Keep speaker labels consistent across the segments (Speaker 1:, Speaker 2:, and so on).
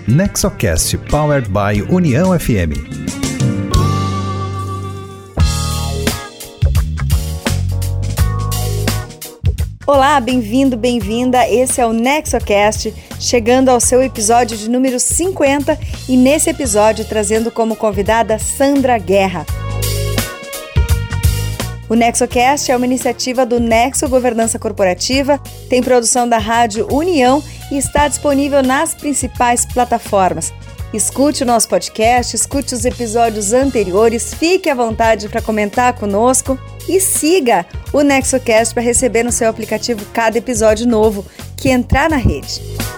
Speaker 1: Nexocast Powered by União FM.
Speaker 2: Olá, bem-vindo, bem-vinda. Esse é o Nexocast, chegando ao seu episódio de número 50 e nesse episódio trazendo como convidada Sandra Guerra. O Nexocast é uma iniciativa do Nexo Governança Corporativa, tem produção da Rádio União e está disponível nas principais plataformas. Escute o nosso podcast, escute os episódios anteriores, fique à vontade para comentar conosco e siga o Nexocast para receber no seu aplicativo cada episódio novo que entrar na rede.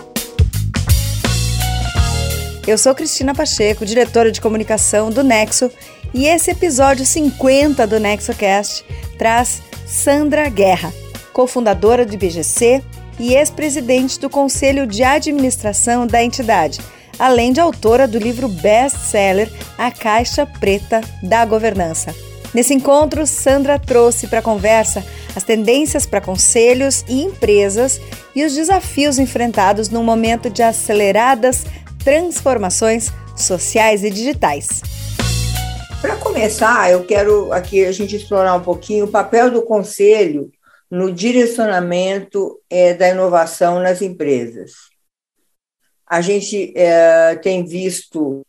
Speaker 2: Eu sou Cristina Pacheco, diretora de comunicação do Nexo, e esse episódio 50 do Nexocast traz Sandra Guerra, cofundadora do IBGC e ex-presidente do Conselho de Administração da entidade, além de autora do livro best-seller A Caixa Preta da Governança. Nesse encontro, Sandra trouxe para a conversa as tendências para conselhos e empresas e os desafios enfrentados num momento de aceleradas transformações sociais e digitais.
Speaker 3: Para começar, eu quero aqui a gente explorar um pouquinho o papel do conselho no direcionamento da inovação nas empresas. A gente tem visto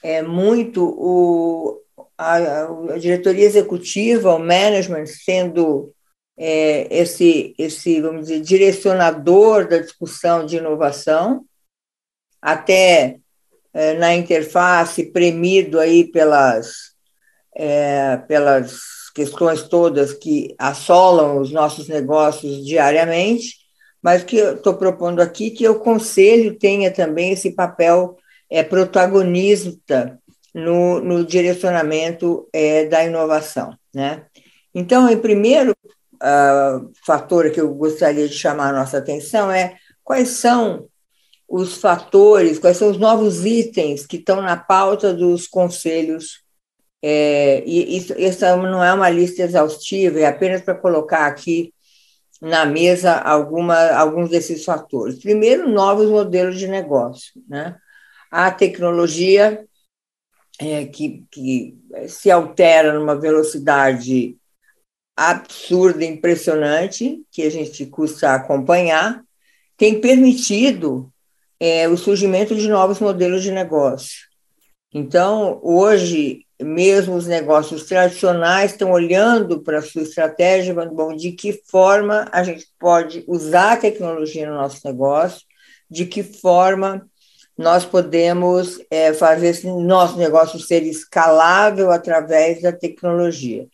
Speaker 3: muito a diretoria executiva, o management, sendo esse, vamos dizer, direcionador da discussão de inovação, até na interface premido aí pelas questões todas que assolam os nossos negócios diariamente, mas que eu estou propondo aqui que o Conselho tenha também esse papel protagonista no direcionamento da inovação, né? Então, em primeiro fator que eu gostaria de chamar a nossa atenção é quais são os fatores, quais são os novos itens que estão na pauta dos conselhos. E essa não é uma lista exaustiva, é apenas para colocar aqui na mesa alguns desses fatores. Primeiro, novos modelos de negócio, né? A tecnologia que se altera numa velocidade absurda, impressionante, que a gente custa acompanhar, tem permitido o surgimento de novos modelos de negócio. Então, hoje, mesmo os negócios tradicionais estão olhando para a sua estratégia, bom, de que forma a gente pode usar a tecnologia no nosso negócio, de que forma nós podemos fazer esse nosso negócio ser escalável através da tecnologia.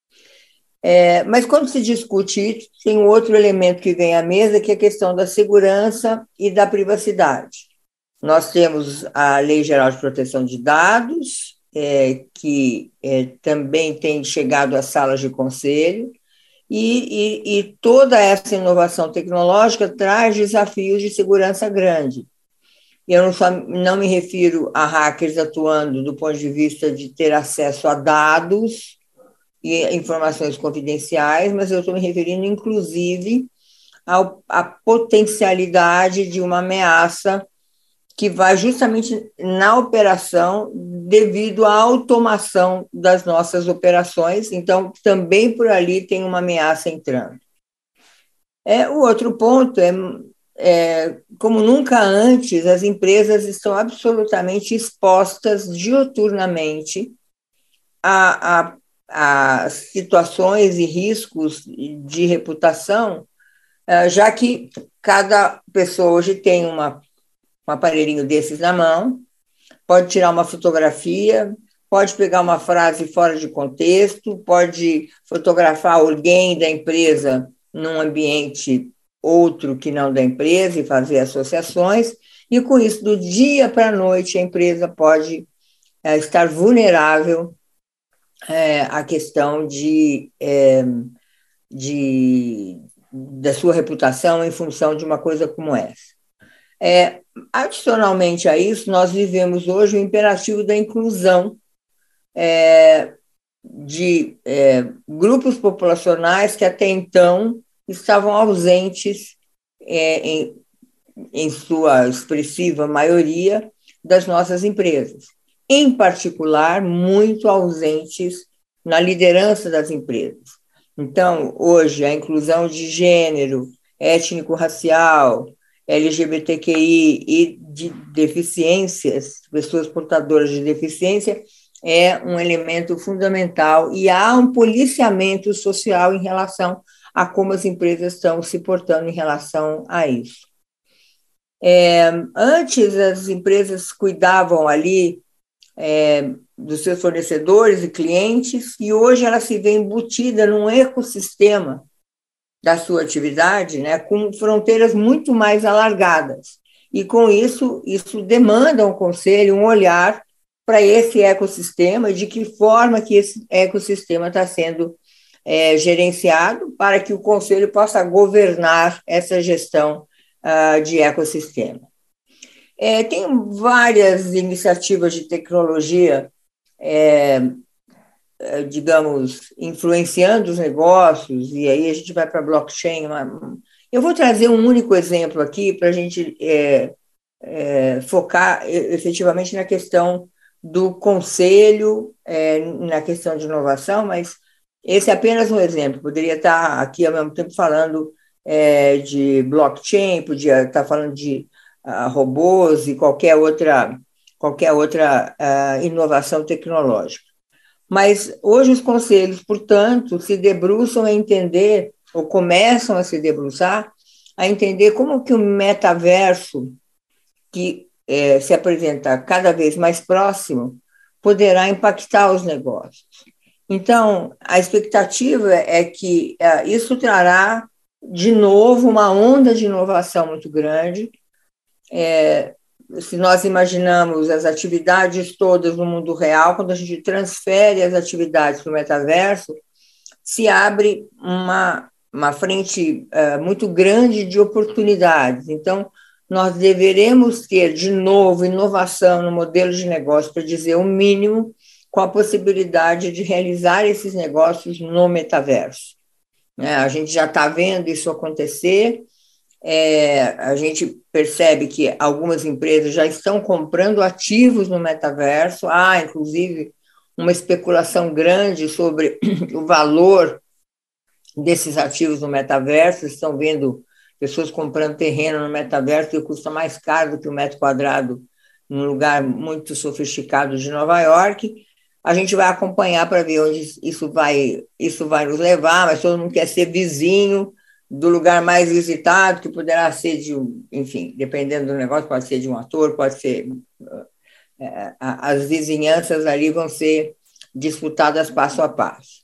Speaker 3: Mas quando se discute isso, tem um outro elemento que vem à mesa, que é a questão da segurança e da privacidade. Nós temos a Lei Geral de Proteção de Dados, que também tem chegado às salas de conselho, e toda essa inovação tecnológica traz desafios de segurança grande. Eu não me refiro a hackers atuando do ponto de vista de ter acesso a dados e informações confidenciais, mas eu estou me referindo, inclusive, à potencialidade de uma ameaça que vai justamente na operação devido à automação das nossas operações. Então, também por ali tem uma ameaça entrando. O outro ponto como nunca antes, as empresas estão absolutamente expostas diuturnamente a situações e riscos de reputação, já que cada pessoa hoje tem um aparelhinho desses na mão, pode tirar uma fotografia, pode pegar uma frase fora de contexto, pode fotografar alguém da empresa num ambiente outro que não da empresa e fazer associações, e com isso, do dia para a noite, a empresa pode estar vulnerável à questão da sua reputação em função de uma coisa como essa. Adicionalmente a isso, nós vivemos hoje o imperativo da inclusão de grupos populacionais que até então estavam ausentes em sua expressiva maioria das nossas empresas, em particular, muito ausentes na liderança das empresas. Então, hoje, a inclusão de gênero, étnico-racial, LGBTQI e de deficiências, pessoas portadoras de deficiência, é um elemento fundamental e há um policiamento social em relação a como as empresas estão se portando em relação a isso. Antes, as empresas cuidavam ali dos seus fornecedores e clientes, e hoje ela se vê embutida num ecossistema da sua atividade, né, com fronteiras muito mais alargadas. E, com isso demanda um conselho, um olhar para esse ecossistema e de que forma que esse ecossistema está sendo gerenciado para que o conselho possa governar essa gestão de ecossistema. Tem várias iniciativas de tecnologia, digamos, influenciando os negócios, e aí a gente vai para a blockchain. Eu vou trazer um único exemplo aqui para a gente focar efetivamente na questão do conselho, na questão de inovação, mas esse é apenas um exemplo. Poderia estar aqui ao mesmo tempo falando de blockchain, podia estar falando de robôs e qualquer outra inovação tecnológica. Mas hoje os conselhos, portanto, se debruçam a entender, ou começam a se debruçar, a entender como que o metaverso, que se apresenta cada vez mais próximo, poderá impactar os negócios. Então, a expectativa é que isso trará, de novo, uma onda de inovação muito grande. Se nós imaginamos as atividades todas no mundo real, quando a gente transfere as atividades para o metaverso, se abre uma frente muito grande de oportunidades. Então, nós deveremos ter, de novo, inovação no modelo de negócio, para dizer o mínimo, com a possibilidade de realizar esses negócios no metaverso. A gente já está vendo isso acontecer. A gente percebe que algumas empresas já estão comprando ativos no metaverso. Há, inclusive, uma especulação grande sobre o valor desses ativos no metaverso. Estão vendo pessoas comprando terreno no metaverso que custa mais caro do que o metro quadrado num lugar muito sofisticado de Nova York. A gente vai acompanhar para ver onde isso vai nos levar, mas todo mundo quer ser vizinho do lugar mais visitado, que poderá ser enfim, dependendo do negócio, pode ser de um ator, pode ser... as vizinhanças ali vão ser disputadas passo a passo.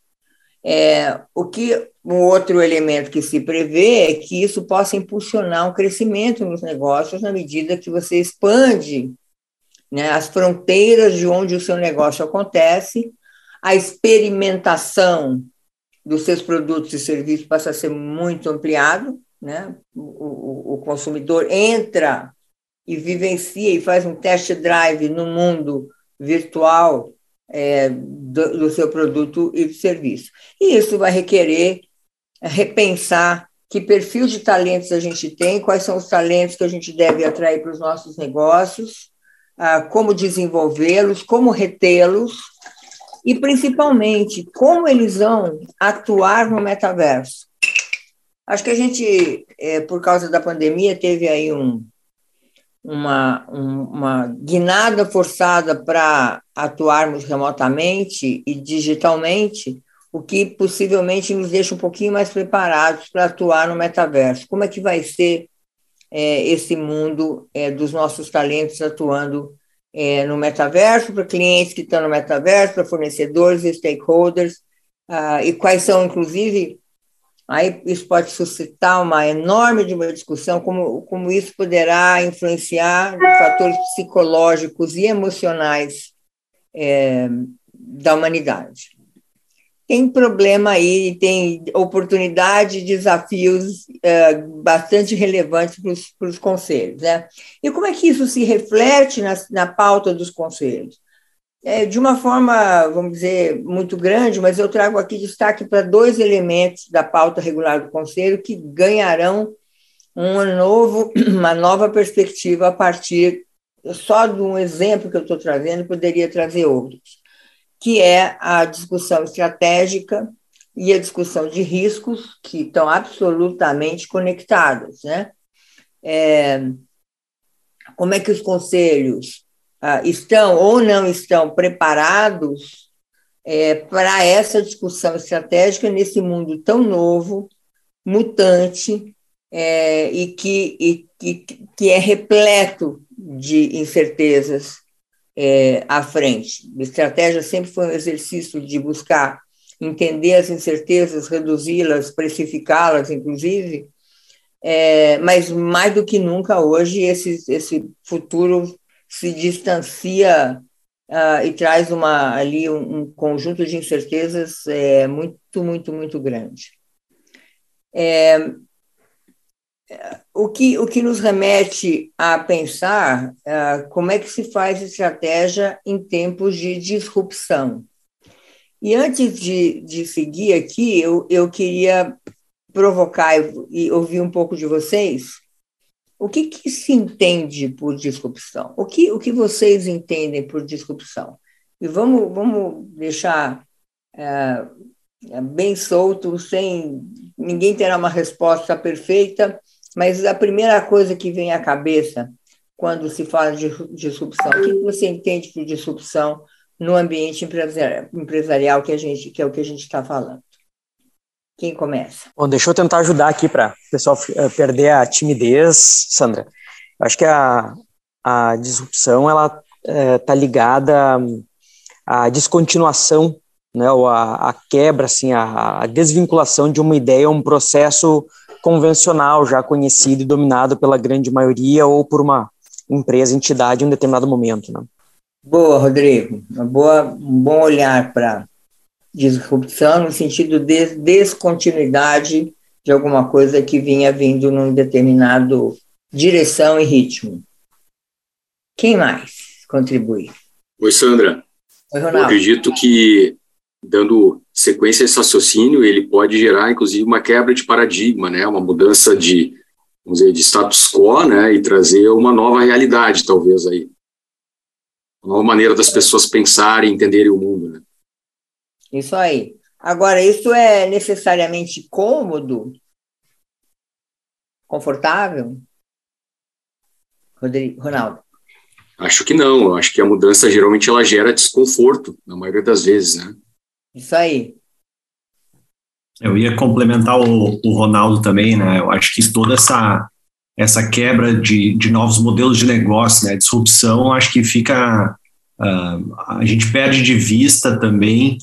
Speaker 3: Um outro elemento que se prevê é que isso possa impulsionar um crescimento nos negócios na medida que você expande, né, as fronteiras de onde o seu negócio acontece, a experimentação dos seus produtos e serviços passa a ser muito ampliado, né? O consumidor entra e vivencia e faz um test drive no mundo virtual do seu produto e serviço. E isso vai requerer repensar que perfil de talentos a gente tem, quais são os talentos que a gente deve atrair para os nossos negócios, como desenvolvê-los, como retê-los, e, principalmente, como eles vão atuar no metaverso. Acho que a gente, por causa da pandemia, teve aí uma guinada forçada para atuarmos remotamente e digitalmente, o que possivelmente nos deixa um pouquinho mais preparados para atuar no metaverso. Como é que vai ser esse mundo dos nossos talentos atuando no metaverso, para clientes que estão no metaverso, para fornecedores e stakeholders, e quais são, inclusive, aí isso pode suscitar uma enorme discussão, como isso poderá influenciar fatores psicológicos e emocionais da humanidade. Tem problema aí, tem oportunidade e desafios bastante relevantes para os conselhos, né? E como é que isso se reflete na pauta dos conselhos? De uma forma, vamos dizer, muito grande, mas eu trago aqui destaque para 2 elementos da pauta regular do conselho que ganharão uma nova perspectiva a partir só de um exemplo que eu estou trazendo, poderia trazer outros, que é a discussão estratégica e a discussão de riscos, que estão absolutamente conectados, né? Como é que os conselhos estão ou não estão preparados para essa discussão estratégica nesse mundo tão novo, mutante, que é repleto de incertezas à frente. A estratégia sempre foi um exercício de buscar entender as incertezas, reduzi-las, precificá-las, inclusive, mas mais do que nunca hoje esse futuro se distancia e traz ali um conjunto de incertezas muito, muito, muito grande. O que nos remete a pensar como é que se faz estratégia em tempos de disrupção. E antes de seguir aqui, eu queria provocar e ouvir um pouco de vocês. O que se entende por disrupção? O que vocês entendem por disrupção? E vamos deixar bem solto, sem ninguém terá uma resposta perfeita, mas a primeira coisa que vem à cabeça quando se fala de disrupção, o que você entende por disrupção no ambiente empresarial que é o que a gente está falando? Quem começa?
Speaker 4: Bom, deixa eu tentar ajudar aqui para o pessoal perder a timidez, Sandra. Eu acho que a disrupção ela está ligada à descontinuação, né, ou a quebra, assim, a desvinculação de uma ideia a um processo convencional, já conhecido e dominado pela grande maioria ou por uma empresa, entidade em um determinado momento, né?
Speaker 3: Boa, Rodrigo. Um bom olhar para disrupção no sentido de descontinuidade de alguma coisa que vinha vindo num determinado direção e ritmo. Quem mais contribui?
Speaker 5: Oi, Sandra.
Speaker 3: Oi, Ronaldo.
Speaker 5: Eu acredito que, dando sequência a esse raciocínio, ele pode gerar, inclusive, uma quebra de paradigma, né? Uma mudança de, vamos dizer, de status quo, né? E trazer uma nova realidade, talvez, aí. Uma nova maneira das pessoas pensarem e entenderem o mundo, né?
Speaker 3: Isso aí. Agora, isso é necessariamente cômodo? Confortável? Ronaldo?
Speaker 5: Acho que não. Eu acho que a mudança, geralmente, ela gera desconforto, na maioria das vezes, né?
Speaker 3: Isso aí.
Speaker 6: Eu ia complementar o Ronaldo também, né? Eu acho que toda essa quebra de novos modelos de negócio, né? Disrupção, acho que fica... a gente perde de vista também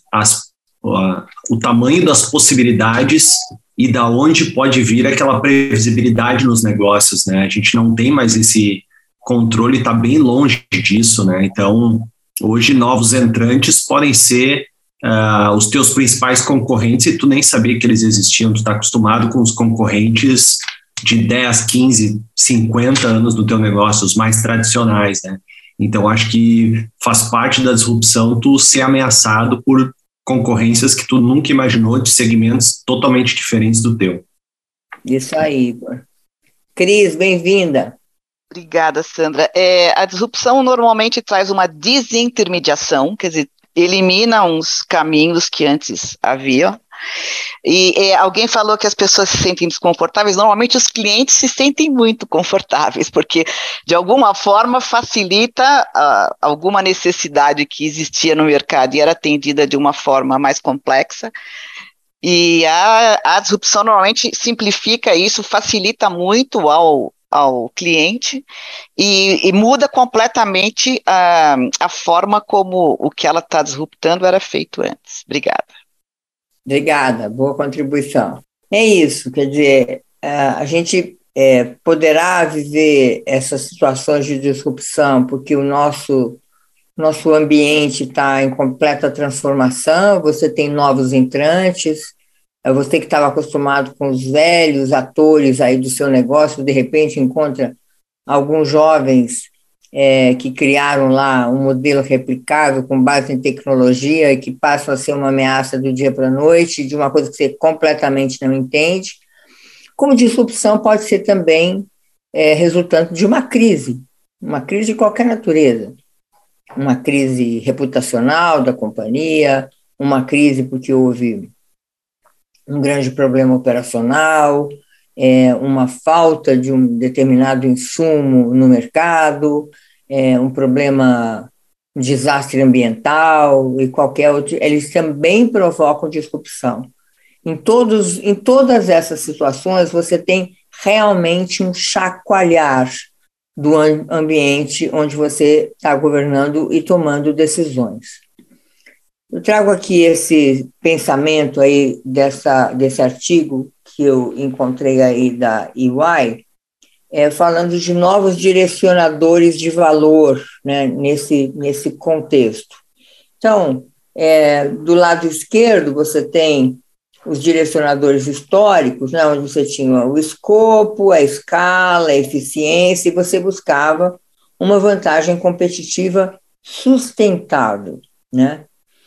Speaker 6: o tamanho das possibilidades e da onde pode vir aquela previsibilidade nos negócios, né? A gente não tem mais esse controle, está bem longe disso, né? Então, hoje, novos entrantes podem ser os teus principais concorrentes e tu nem sabia que eles existiam, tu está acostumado com os concorrentes de 10, 15, 50 anos do teu negócio, os mais tradicionais, né? Então, acho que faz parte da disrupção tu ser ameaçado por concorrências que tu nunca imaginou, de segmentos totalmente diferentes do teu.
Speaker 3: Isso aí, Igor. Cris, bem-vinda.
Speaker 7: Obrigada, Sandra. A disrupção normalmente traz uma desintermediação, quer dizer, elimina uns caminhos que antes havia. E alguém falou que as pessoas se sentem desconfortáveis. Normalmente os clientes se sentem muito confortáveis, porque de alguma forma facilita alguma necessidade que existia no mercado e era atendida de uma forma mais complexa. E a disrupção normalmente simplifica isso, facilita muito ao cliente e muda completamente a forma como o que ela está disruptando era feito antes.
Speaker 3: Obrigada, boa contribuição. É isso, quer dizer, a gente poderá viver essas situações de disrupção porque o nosso ambiente está em completa transformação, você tem novos entrantes, você que estava acostumado com os velhos atores aí do seu negócio, de repente encontra alguns jovens que criaram lá um modelo replicável com base em tecnologia e que passam a ser uma ameaça do dia para a noite, de uma coisa que você completamente não entende. Como disrupção pode ser também resultante de uma crise, uma crise de qualquer natureza, uma crise reputacional da companhia, uma crise porque houve um grande problema operacional, uma falta de um determinado insumo no mercado, um problema, um desastre ambiental e qualquer outro, eles também provocam disrupção. Em todas essas situações, você tem realmente um chacoalhar do ambiente onde você está governando e tomando decisões. Eu trago aqui esse pensamento aí desse artigo que eu encontrei aí da EY, falando de novos direcionadores de valor, né, nesse contexto. Então, do lado esquerdo, você tem os direcionadores históricos, né, onde você tinha o escopo, a escala, a eficiência, e você buscava uma vantagem competitiva sustentável, né?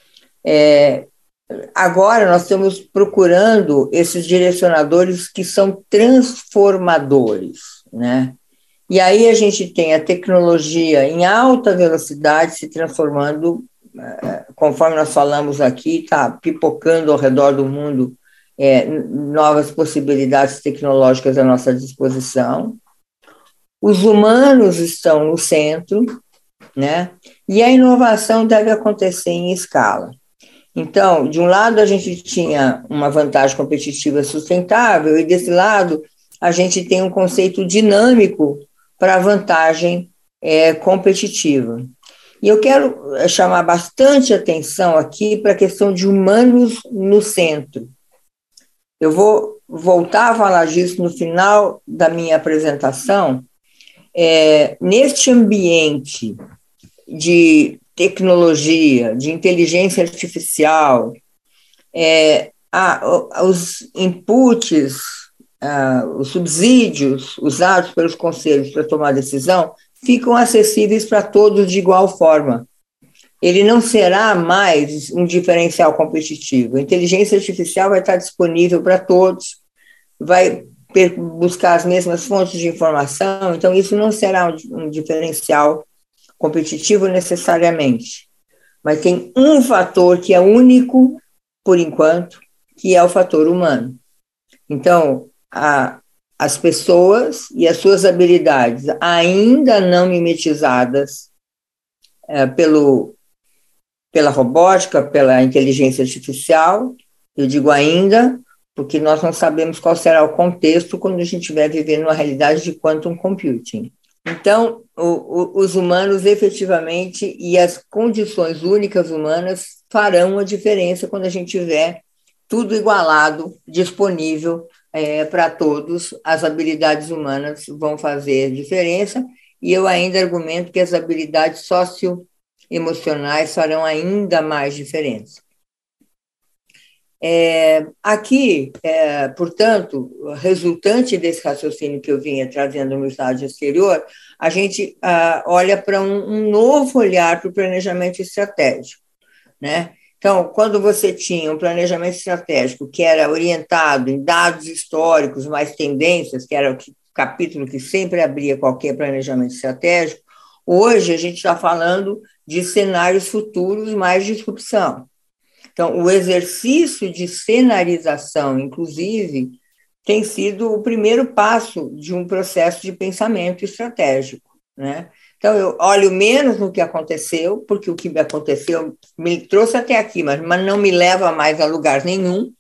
Speaker 3: Agora nós estamos procurando esses direcionadores que são transformadores, né? E aí a gente tem a tecnologia em alta velocidade se transformando, conforme nós falamos aqui, está pipocando ao redor do mundo novas possibilidades tecnológicas à nossa disposição. Os humanos estão no centro, né? E a inovação deve acontecer em escala. Então, de um lado, a gente tinha uma vantagem competitiva sustentável, e desse lado, a gente tem um conceito dinâmico para a vantagem competitiva. E eu quero chamar bastante atenção aqui para a questão de humanos no centro. Eu vou voltar a falar disso no final da minha apresentação. Neste ambiente de tecnologia, de inteligência artificial, os inputs, os subsídios usados pelos conselhos para tomar decisão ficam acessíveis para todos de igual forma. Ele não será mais um diferencial competitivo. A inteligência artificial vai estar disponível para todos, vai buscar as mesmas fontes de informação, então isso não será um diferencial competitivo necessariamente, mas tem um fator que é único, por enquanto, que é o fator humano. Então, as pessoas e as suas habilidades ainda não mimetizadas pela robótica, pela inteligência artificial, eu digo ainda, porque nós não sabemos qual será o contexto quando a gente estiver vivendo uma realidade de quantum computing. Então, os humanos efetivamente e as condições únicas humanas farão a diferença quando a gente tiver tudo igualado, disponível para todos. As habilidades humanas vão fazer diferença, e eu ainda argumento que as habilidades socioemocionais farão ainda mais diferença. Aqui, portanto, resultante desse raciocínio que eu vinha trazendo no estágio exterior, a gente olha para um novo olhar para o planejamento estratégico, né? Então, quando você tinha um planejamento estratégico que era orientado em dados históricos, mais tendências, que era o capítulo que sempre abria qualquer planejamento estratégico, hoje a gente está falando de cenários futuros mais disrupção. Então, o exercício de cenarização, inclusive, tem sido o primeiro passo de um processo de pensamento estratégico, né? Então, eu olho menos no que aconteceu, porque o que aconteceu me trouxe até aqui, mas não me leva mais a lugar nenhum,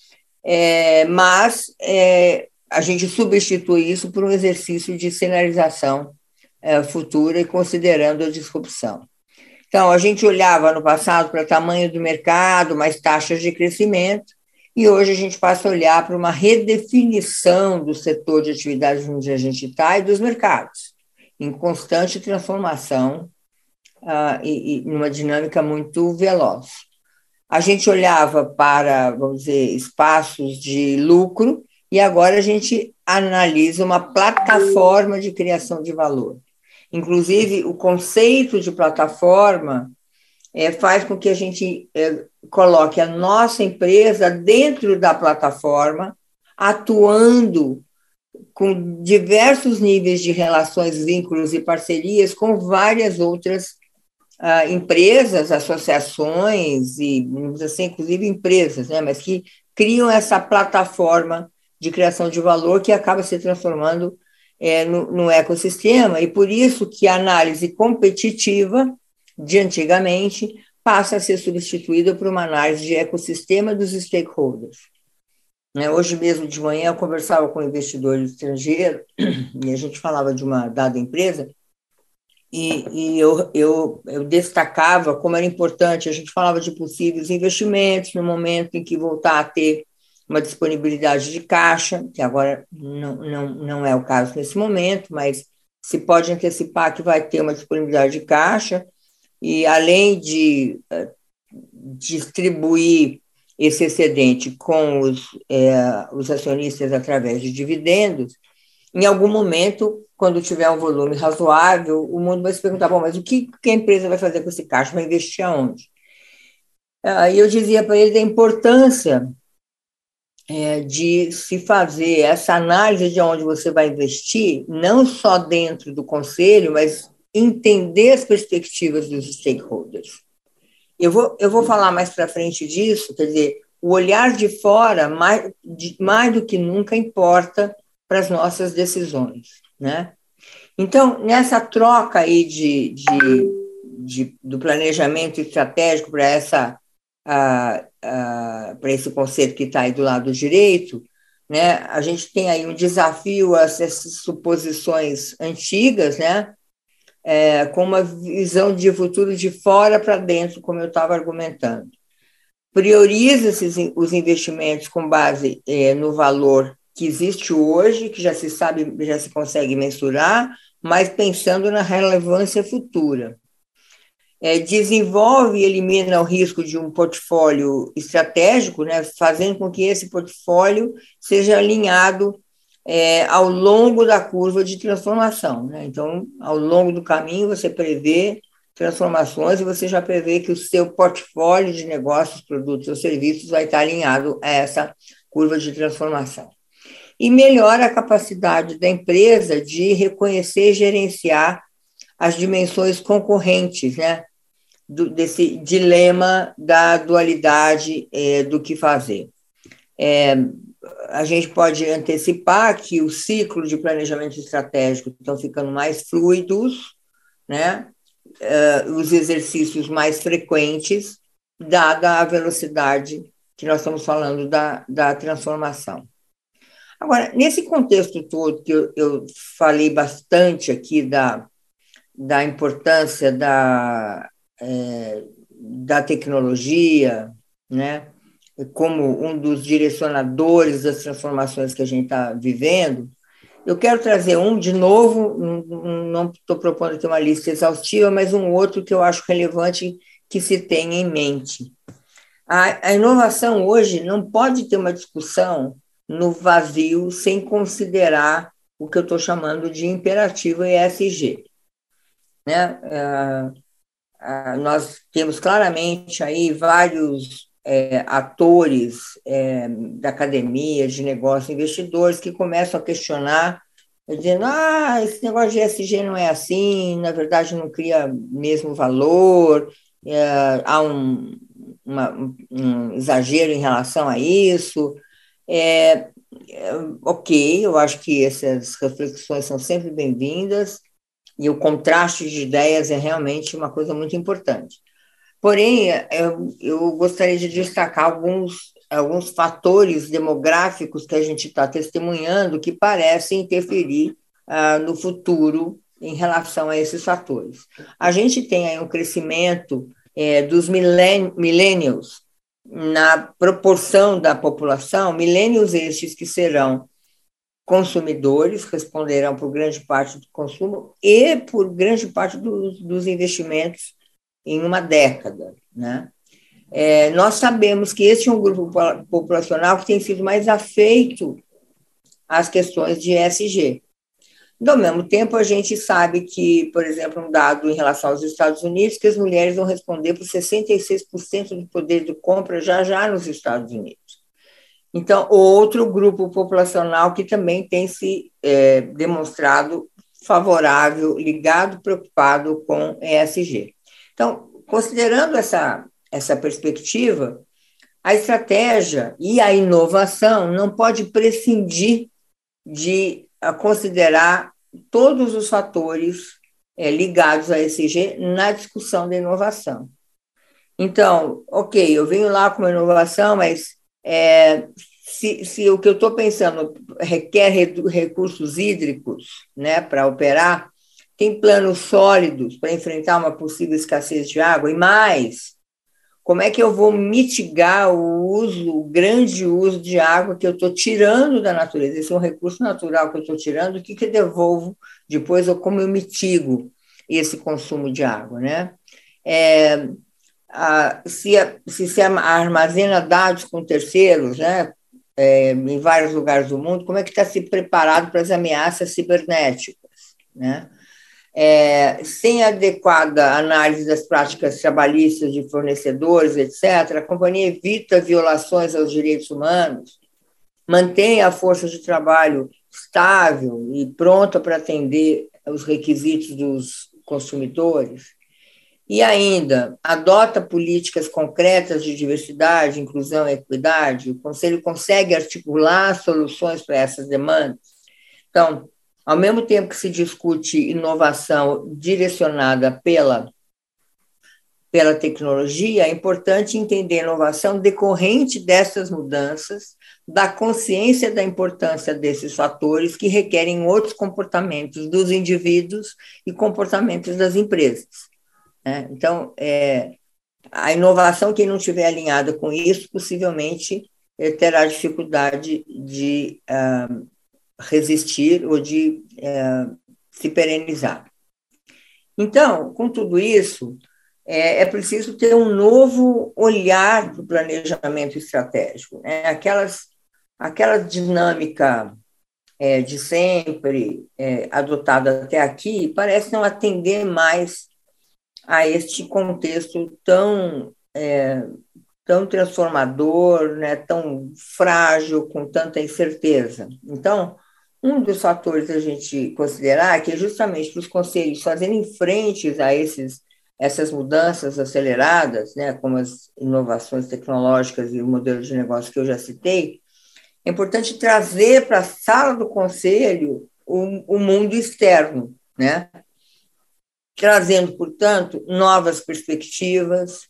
Speaker 3: mas a gente substitui isso por um exercício de cenarização futura e considerando a disrupção. Então, a gente olhava no passado para o tamanho do mercado, mais taxas de crescimento, e hoje a gente passa a olhar para uma redefinição do setor de atividades onde a gente está e dos mercados, em constante transformação e numa dinâmica muito veloz. A gente olhava para, vamos dizer, espaços de lucro, e agora a gente analisa uma plataforma de criação de valor. Inclusive, o conceito de plataforma faz com que a gente coloque a nossa empresa dentro da plataforma, atuando com diversos níveis de relações, vínculos e parcerias com várias outras empresas, associações e, vamos dizer assim, inclusive empresas, né, mas que criam essa plataforma de criação de valor que acaba se transformando no ecossistema, e por isso que a análise competitiva de antigamente passa a ser substituída por uma análise de ecossistema dos stakeholders. Hoje mesmo de manhã eu conversava com um investidor estrangeiro e a gente falava de uma dada empresa e eu destacava como era importante, a gente falava de possíveis investimentos no momento em que voltar a ter uma disponibilidade de caixa, que agora não é o caso nesse momento, mas se pode antecipar que vai ter uma disponibilidade de caixa, e além de distribuir esse excedente com os acionistas através de dividendos, em algum momento, quando tiver um volume razoável, o mundo vai se perguntar, bom, mas o que a empresa vai fazer com esse caixa? Vai investir aonde? E eu dizia para ele da importância de se fazer essa análise de onde você vai investir, não só dentro do conselho, mas entender as perspectivas dos stakeholders. Eu vou falar mais para frente disso, quer dizer, o olhar de fora, mais do que nunca, importa para as nossas decisões, né? Então, nessa troca aí do planejamento estratégico para esse conceito que está aí do lado direito, né, a gente tem aí um desafio a essas suposições antigas, né, com uma visão de futuro de fora para dentro, como eu estava argumentando. Prioriza os investimentos com base no valor que existe hoje, que já se sabe, já se consegue mensurar, mas pensando na relevância futura. Desenvolve e elimina o risco de um portfólio estratégico, né, fazendo com que esse portfólio seja alinhado ao longo da curva de transformação, né? Então, ao longo do caminho, você prevê transformações e você já prevê que o seu portfólio de negócios, produtos ou serviços vai estar alinhado a essa curva de transformação. E melhora a capacidade da empresa de reconhecer e gerenciar as dimensões concorrentes, né, desse dilema da dualidade do que fazer. A gente pode antecipar que o ciclo de planejamento estratégico estão ficando mais fluidos, né, os exercícios mais frequentes, dada a velocidade que nós estamos falando da transformação. Agora, nesse contexto todo que eu falei bastante aqui da importância da tecnologia, né, como um dos direcionadores das transformações que a gente está vivendo, eu quero trazer de novo, não estou propondo aqui uma lista exaustiva, mas um outro que eu acho relevante que se tenha em mente. A inovação hoje não pode ter uma discussão no vazio sem considerar o que eu estou chamando de imperativo ESG. Né? Nós temos claramente aí vários atores da academia, de negócio, investidores, que começam a questionar, dizendo, esse negócio de ESG não é assim, na verdade não cria mesmo valor, há um exagero em relação a isso. Ok, eu acho que essas reflexões são sempre bem-vindas, e o contraste de ideias é realmente uma coisa muito importante. Porém, eu gostaria de destacar alguns fatores demográficos que a gente está testemunhando que parecem interferir no futuro em relação a esses fatores. A gente tem aí um crescimento dos millennials na proporção da população, millennials estes que serão consumidores, responderão por grande parte do consumo e por grande parte dos investimentos em uma década, né? Nós sabemos que esse é um grupo populacional que tem sido mais afeito às questões de ESG. Do mesmo tempo, a gente sabe que, por exemplo, um dado em relação aos Estados Unidos, que as mulheres vão responder por 66% do poder de compra já nos Estados Unidos. Então, outro grupo populacional que também tem se demonstrado favorável, ligado, preocupado com ESG. Então, considerando essa perspectiva, a estratégia e a inovação não pode prescindir de considerar todos os fatores ligados a ESG na discussão da inovação. Então, ok, eu venho lá com uma inovação, mas se o que eu estou pensando requer recursos hídricos, né, para operar, tem planos sólidos para enfrentar uma possível escassez de água, e mais, como é que eu vou mitigar o grande uso de água que eu estou tirando da natureza? Esse é um recurso natural que eu estou tirando, o que eu devolvo depois, ou como eu mitigo esse consumo de água, né? Se armazena dados com terceiros, né, em vários lugares do mundo, como é que está se preparado para as ameaças cibernéticas, né? Sem adequada análise das práticas trabalhistas de fornecedores, etc., a companhia evita violações aos direitos humanos, mantém a força de trabalho estável e pronta para atender os requisitos dos consumidores, e ainda adota políticas concretas de diversidade, inclusão e equidade. O Conselho consegue articular soluções para essas demandas. Então, ao mesmo tempo que se discute inovação direcionada pela tecnologia, é importante entender a inovação decorrente dessas mudanças, da consciência da importância desses fatores que requerem outros comportamentos dos indivíduos e comportamentos das empresas. Então, a inovação, quem não estiver alinhada com isso, possivelmente terá dificuldade de resistir ou de se perenizar. Então, com tudo isso, é preciso ter um novo olhar para o planejamento estratégico, né? Aquela dinâmica de sempre adotada até aqui parece não atender mais a este contexto tão transformador, né, tão frágil, com tanta incerteza. Então, um dos fatores a gente considerar que é justamente para os conselhos fazerem frente a essas mudanças aceleradas, né, como as inovações tecnológicas e o modelo de negócio que eu já citei, é importante trazer para a sala do conselho o mundo externo, né? Trazendo, portanto, novas perspectivas,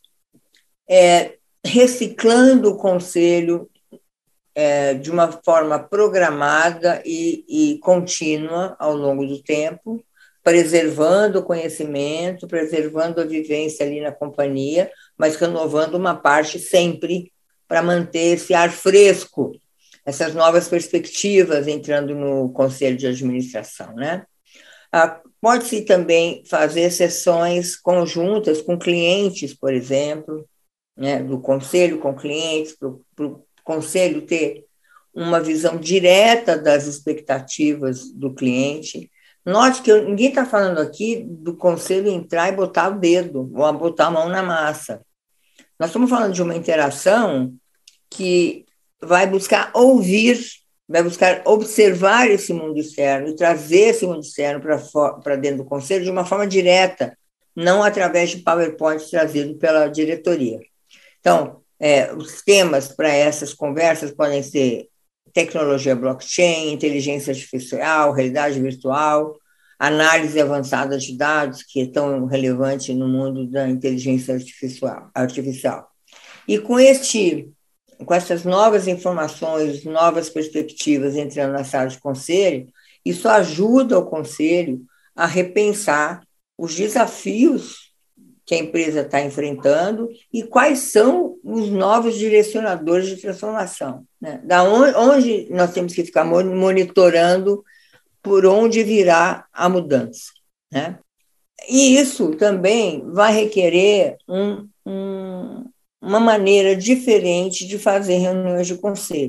Speaker 3: reciclando o conselho de uma forma programada e contínua ao longo do tempo, preservando o conhecimento, preservando a vivência ali na companhia, mas renovando uma parte sempre para manter esse ar fresco, essas novas perspectivas entrando no conselho de administração, né? Pode-se também fazer sessões conjuntas com clientes, por exemplo, né, do conselho com clientes, para o conselho ter uma visão direta das expectativas do cliente. Note que ninguém está falando aqui do conselho entrar e botar o dedo, ou botar a mão na massa. Nós estamos falando de uma interação que vai buscar ouvir, vai buscar observar esse mundo externo e trazer esse mundo externo para dentro do conselho de uma forma direta, não através de PowerPoint trazido pela diretoria. Então, os temas para essas conversas podem ser tecnologia blockchain, inteligência artificial, realidade virtual, análise avançada de dados, que é tão relevante no mundo da inteligência artificial. E com essas novas informações, novas perspectivas entrando na sala de conselho, isso ajuda o conselho a repensar os desafios que a empresa está enfrentando e quais são os novos direcionadores de transformação, né? Onde nós temos que ficar monitorando por onde virá a mudança, né? E isso também vai requerer uma maneira diferente de fazer reuniões de conselho.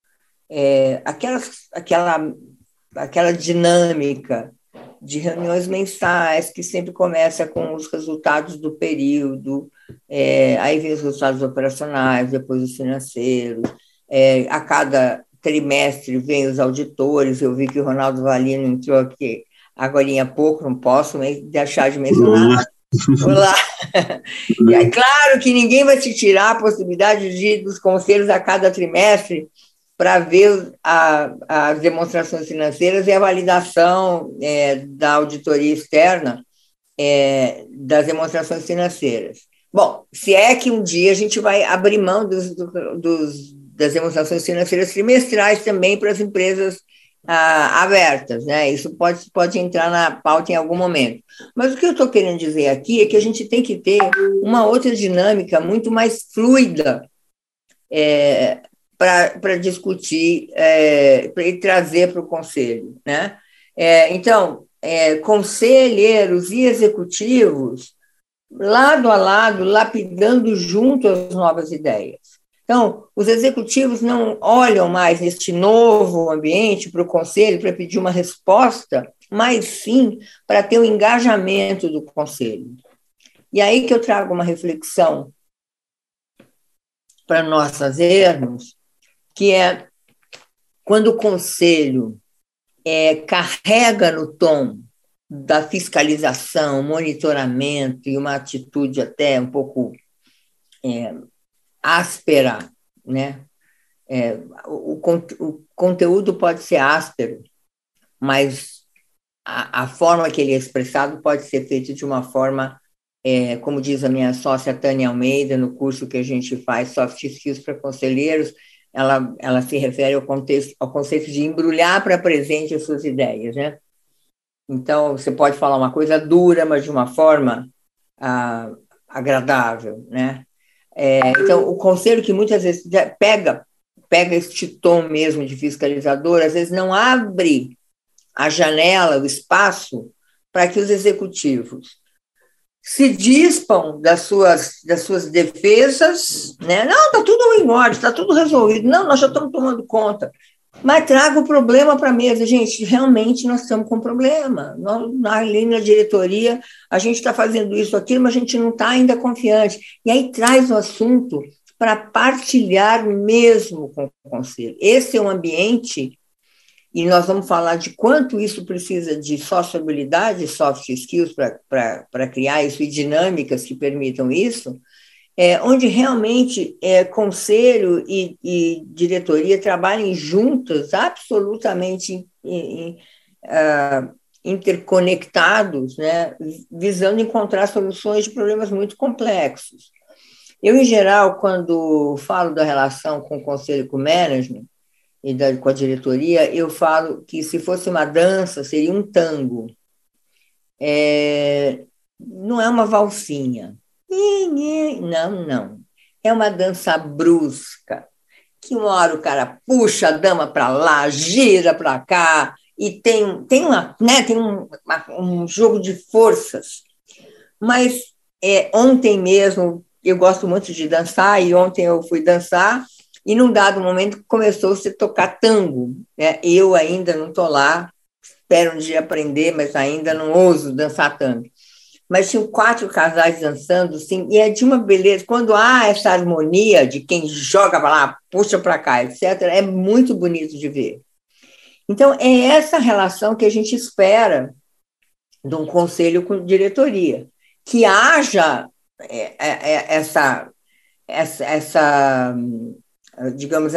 Speaker 3: Aquela dinâmica de reuniões mensais, que sempre começa com os resultados do período, aí vem os resultados operacionais, depois os financeiros, A cada trimestre vem os auditores, eu vi que o Ronaldo Valino entrou aqui agora há pouco, não posso deixar de mencionar. Olá! E é claro que ninguém vai te tirar a possibilidade de ir dos conselhos a cada trimestre para ver as demonstrações financeiras e a validação da auditoria externa das demonstrações financeiras. Bom, se é que um dia a gente vai abrir mão das demonstrações financeiras trimestrais também para as empresas abertas, né? Isso pode entrar na pauta em algum momento. Mas o que eu estou querendo dizer aqui é que a gente tem que ter uma outra dinâmica muito mais fluida para discutir e trazer para o conselho, né? Então, conselheiros e executivos lado a lado, lapidando junto as novas ideias. Então, os executivos não olham mais neste novo ambiente para o conselho para pedir uma resposta, mas sim para ter o engajamento do conselho. E aí que eu trago uma reflexão para nós fazermos, que é quando o conselho carrega no tom da fiscalização, monitoramento e uma atitude até um pouco áspera, né? O conteúdo pode ser áspero, mas a forma que ele é expressado pode ser feita de uma forma, como diz a minha sócia Tânia Almeida, no curso que a gente faz, Soft Skills para Conselheiros, ela se refere ao conceito de embrulhar para presente as suas ideias, né? Então, você pode falar uma coisa dura, mas de uma forma agradável, né? Então, o conselho que muitas vezes pega este tom mesmo de fiscalizador, às vezes não abre a janela, o espaço, para que os executivos se dispam das suas defesas, né? Não, está tudo em ordem, está tudo resolvido. Não, nós já estamos tomando conta. Mas traga o problema para a mesa. Gente, realmente nós estamos com problema. Ali na diretoria, a gente está fazendo isso, aquilo, mas a gente não está ainda confiante. E aí traz o assunto para partilhar mesmo com o conselho. Esse é um ambiente, e nós vamos falar de quanto isso precisa de sociabilidade, soft skills para criar isso, e dinâmicas que permitam isso, onde realmente conselho e diretoria trabalhem juntos, absolutamente interconectados, né, visando encontrar soluções de problemas muito complexos. Eu, em geral, quando falo da relação com o conselho e com o management e com a diretoria, eu falo que se fosse uma dança, seria um tango. Não é uma valsinha. Não. É uma dança brusca, que uma hora o cara puxa a dama para lá, gira para cá, e tem um jogo de forças. Mas ontem mesmo, eu gosto muito de dançar, e ontem eu fui dançar, e num dado momento começou-se a tocar tango. Né? Eu ainda não estou lá, espero um dia aprender, mas ainda não ouso dançar tango. Mas tinham 4 casais dançando, assim, e é de uma beleza. Quando há essa harmonia de quem joga para lá, puxa para cá, etc., é muito bonito de ver. Então, é essa relação que a gente espera de um conselho com diretoria, que haja digamos,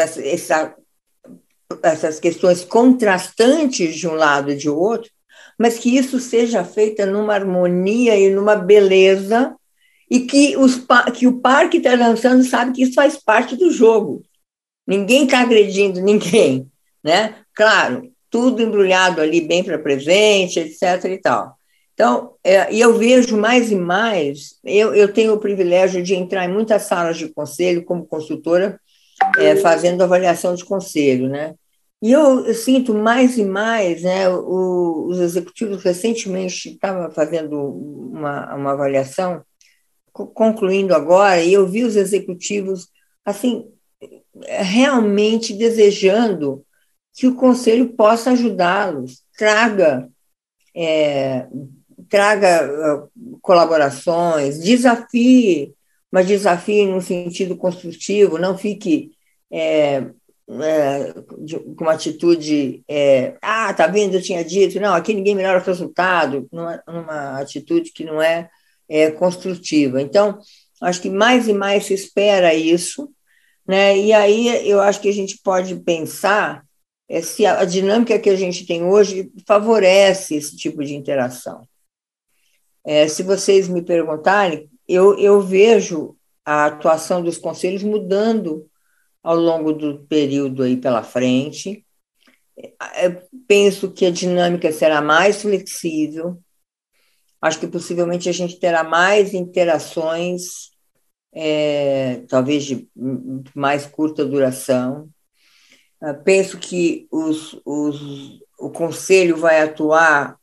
Speaker 3: essas questões contrastantes de um lado e de outro, mas que isso seja feito numa harmonia e numa beleza, e que o par que está dançando sabe que isso faz parte do jogo. Ninguém está agredindo ninguém, né? Claro, tudo embrulhado ali bem para presente, etc. e tal. Então, e eu vejo mais e mais, eu tenho o privilégio de entrar em muitas salas de conselho como consultora, fazendo avaliação de conselho, né? E eu sinto mais e mais, né, os executivos recentemente estavam fazendo uma avaliação, concluindo agora, e eu vi os executivos assim, realmente desejando que o conselho possa ajudá-los, traga colaborações, desafie, mas desafie no sentido construtivo, não fique com uma atitude, tá vendo, eu tinha dito, não, aqui ninguém melhora o resultado, numa atitude que não é construtiva. Então, acho que mais e mais se espera isso, né? E aí eu acho que a gente pode pensar se a dinâmica que a gente tem hoje favorece esse tipo de interação. Se vocês me perguntarem, eu vejo a atuação dos conselhos mudando ao longo do período aí pela frente. Penso que a dinâmica será mais flexível. Acho que possivelmente a gente terá mais interações, talvez de mais curta duração. Penso que o conselho vai atuar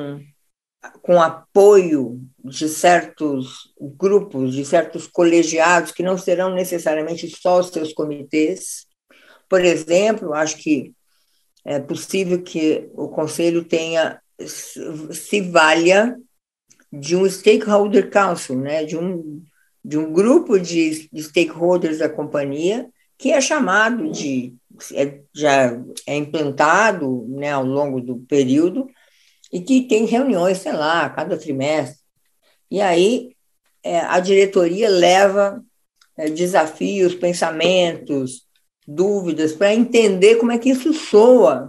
Speaker 3: com apoio de certos grupos, de certos colegiados, que não serão necessariamente só os seus comitês. Por exemplo, acho que é possível que o Conselho se valha de um stakeholder council, né, de um grupo de stakeholders da companhia, que é chamado já é implantado, né, ao longo do período, e que tem reuniões, sei lá, a cada trimestre. E aí a diretoria leva desafios, pensamentos, dúvidas, para entender como é que isso soa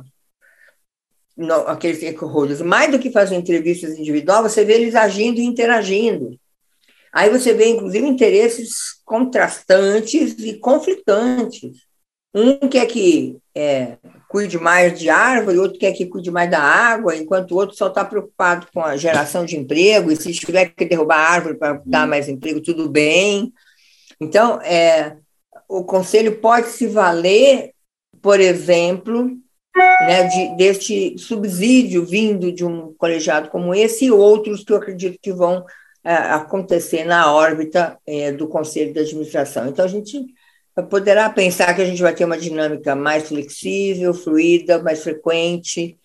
Speaker 3: aqueles stakeholders. Mais do que fazer entrevistas individuais, você vê eles agindo e interagindo. Aí você vê, inclusive, interesses contrastantes e conflitantes. Um quer que cuide mais de árvore, outro quer que cuide mais da água, enquanto o outro só está preocupado com a geração de emprego, e se tiver que derrubar a árvore para dar mais emprego, tudo bem. Então, o Conselho pode se valer, por exemplo, né, deste subsídio vindo de um colegiado como esse e outros que eu acredito que vão acontecer na órbita do Conselho de Administração. Então, a gente poderá pensar que a gente vai ter uma dinâmica mais flexível, fluida, mais frequente,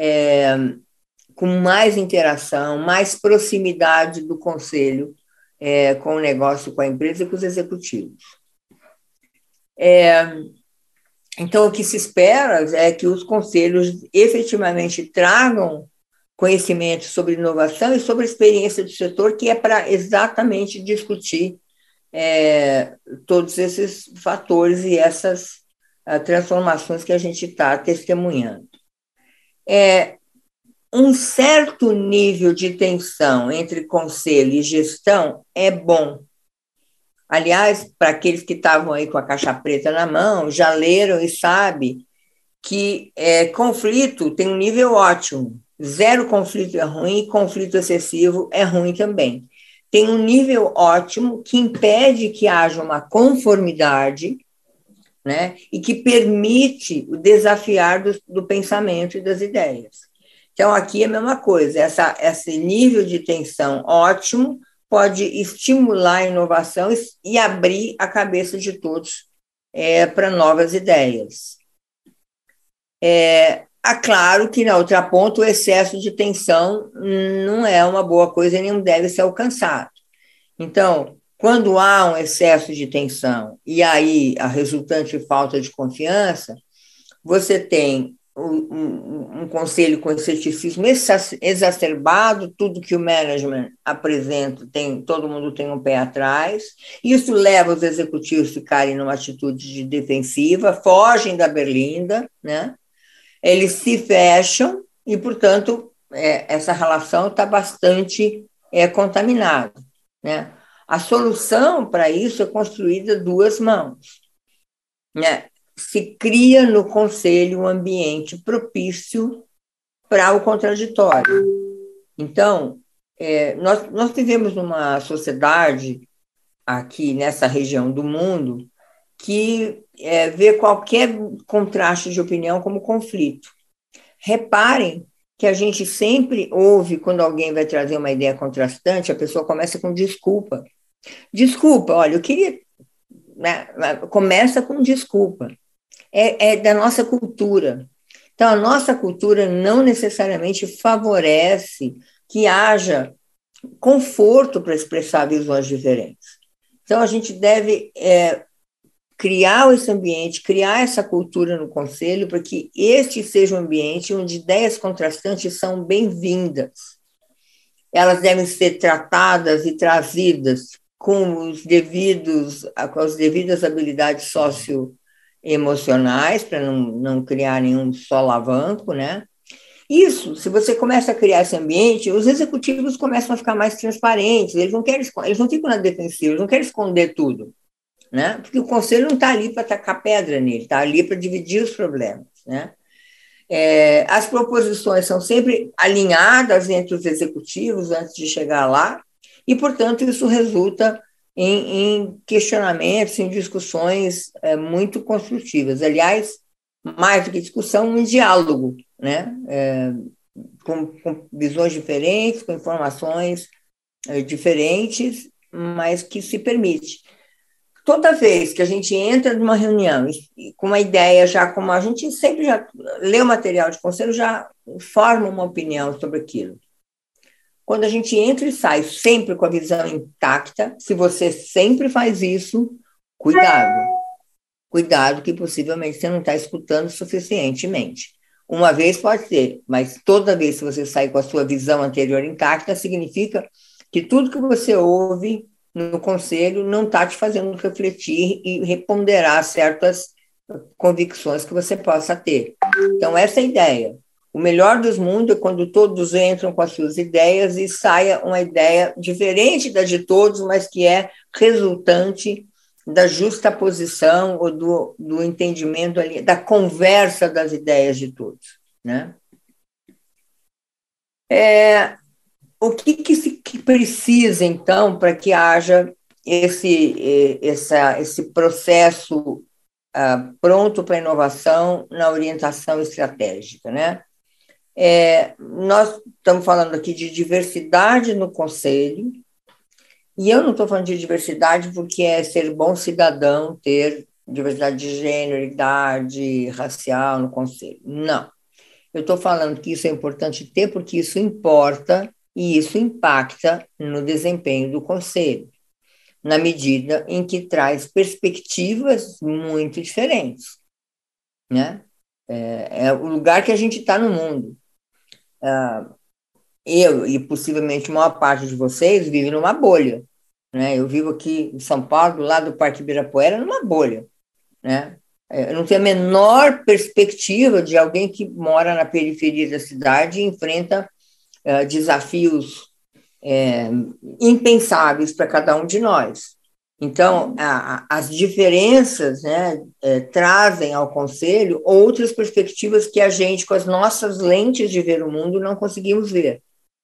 Speaker 3: com mais interação, mais proximidade do Conselho com o negócio, com a empresa e com os executivos. Então, o que se espera é que os conselhos efetivamente tragam conhecimento sobre inovação e sobre a experiência do setor, que é para exatamente discutir todos esses fatores e essas transformações que a gente está testemunhando. Um certo nível de tensão entre conselho e gestão é bom. Aliás, para aqueles que estavam aí com a caixa preta na mão, já leram e sabem que conflito tem um nível ótimo. Zero conflito é ruim, conflito excessivo é ruim também. Tem um nível ótimo que impede que haja uma conformidade, né, e que permite o desafiar do pensamento e das ideias. Então, aqui é a mesma coisa, esse nível de tensão ótimo pode estimular a inovação e abrir a cabeça de todos para novas ideias. Claro que, na outra ponta, o excesso de tensão não é uma boa coisa e nem deve ser alcançado. Então, quando há um excesso de tensão e aí a resultante falta de confiança, você tem um conselho com ceticismo exacerbado, tudo que o management apresenta, todo mundo tem um pé atrás, isso leva os executivos a ficarem numa atitude de defensiva, fogem da berlinda, né? Eles se fecham e, portanto, essa relação está bastante contaminada, né? A solução para isso é construída a duas mãos, né? Se cria no conselho um ambiente propício para o contraditório. Então, nós vivemos numa sociedade aqui nessa região do mundo que vê qualquer contraste de opinião como conflito. Reparem que a gente sempre ouve, quando alguém vai trazer uma ideia contrastante, a pessoa começa com desculpa. Desculpa, olha, eu queria... Né, começa com desculpa. É da nossa cultura. Então, a nossa cultura não necessariamente favorece que haja conforto para expressar visões diferentes. Então, a gente deve criar esse ambiente, criar essa cultura no conselho, para que este seja um ambiente onde ideias contrastantes são bem-vindas. Elas devem ser tratadas e trazidas com as devidas habilidades socioemocionais, para não criar nenhum solavanco, né? Isso, se você começa a criar esse ambiente, os executivos começam a ficar mais transparentes, eles não ficam na defensiva, eles não querem esconder tudo, né? Porque o conselho não está ali para tacar pedra nele, está ali para dividir os problemas, né? As proposições são sempre alinhadas entre os executivos antes de chegar lá, e, portanto, isso resulta em questionamentos, em discussões muito construtivas. Aliás, mais do que discussão, um diálogo, né? Com visões diferentes, com informações diferentes, mas que se permite. Toda vez que a gente entra numa reunião com uma ideia, já como a gente sempre já lê o material de conselho, já forma uma opinião sobre aquilo. Quando a gente entra e sai sempre com a visão intacta, se você sempre faz isso, cuidado. Cuidado que possivelmente você não está escutando suficientemente. Uma vez pode ser, mas toda vez que você sai com a sua visão anterior intacta, significa que tudo que você ouve no conselho não está te fazendo refletir e reponderar certas convicções que você possa ter. Então, essa é a ideia. O melhor dos mundos é quando todos entram com as suas ideias e saia uma ideia diferente da de todos, mas que é resultante da justaposição ou do entendimento ali, da conversa das ideias de todos, né? O que precisa, então, para que haja esse processo pronto para a inovação na orientação estratégica, né? Nós estamos falando aqui de diversidade no conselho, e eu não estou falando de diversidade porque é ser bom cidadão ter diversidade de gênero, idade, racial no conselho. Não. Eu estou falando que isso é importante ter porque isso importa e isso impacta no desempenho do conselho, na medida em que traz perspectivas muito diferentes, né? É o lugar que a gente está no mundo. Eu e possivelmente a maior parte de vocês vivem numa bolha, né? Eu vivo aqui em São Paulo, lá do Parque Ibirapuera, numa bolha, né? Eu não tenho a menor perspectiva de alguém que mora na periferia da cidade e enfrenta desafios impensáveis para cada um de nós. Então, as diferenças, né, trazem ao conselho outras perspectivas que a gente, com as nossas lentes de ver o mundo, não conseguimos ver.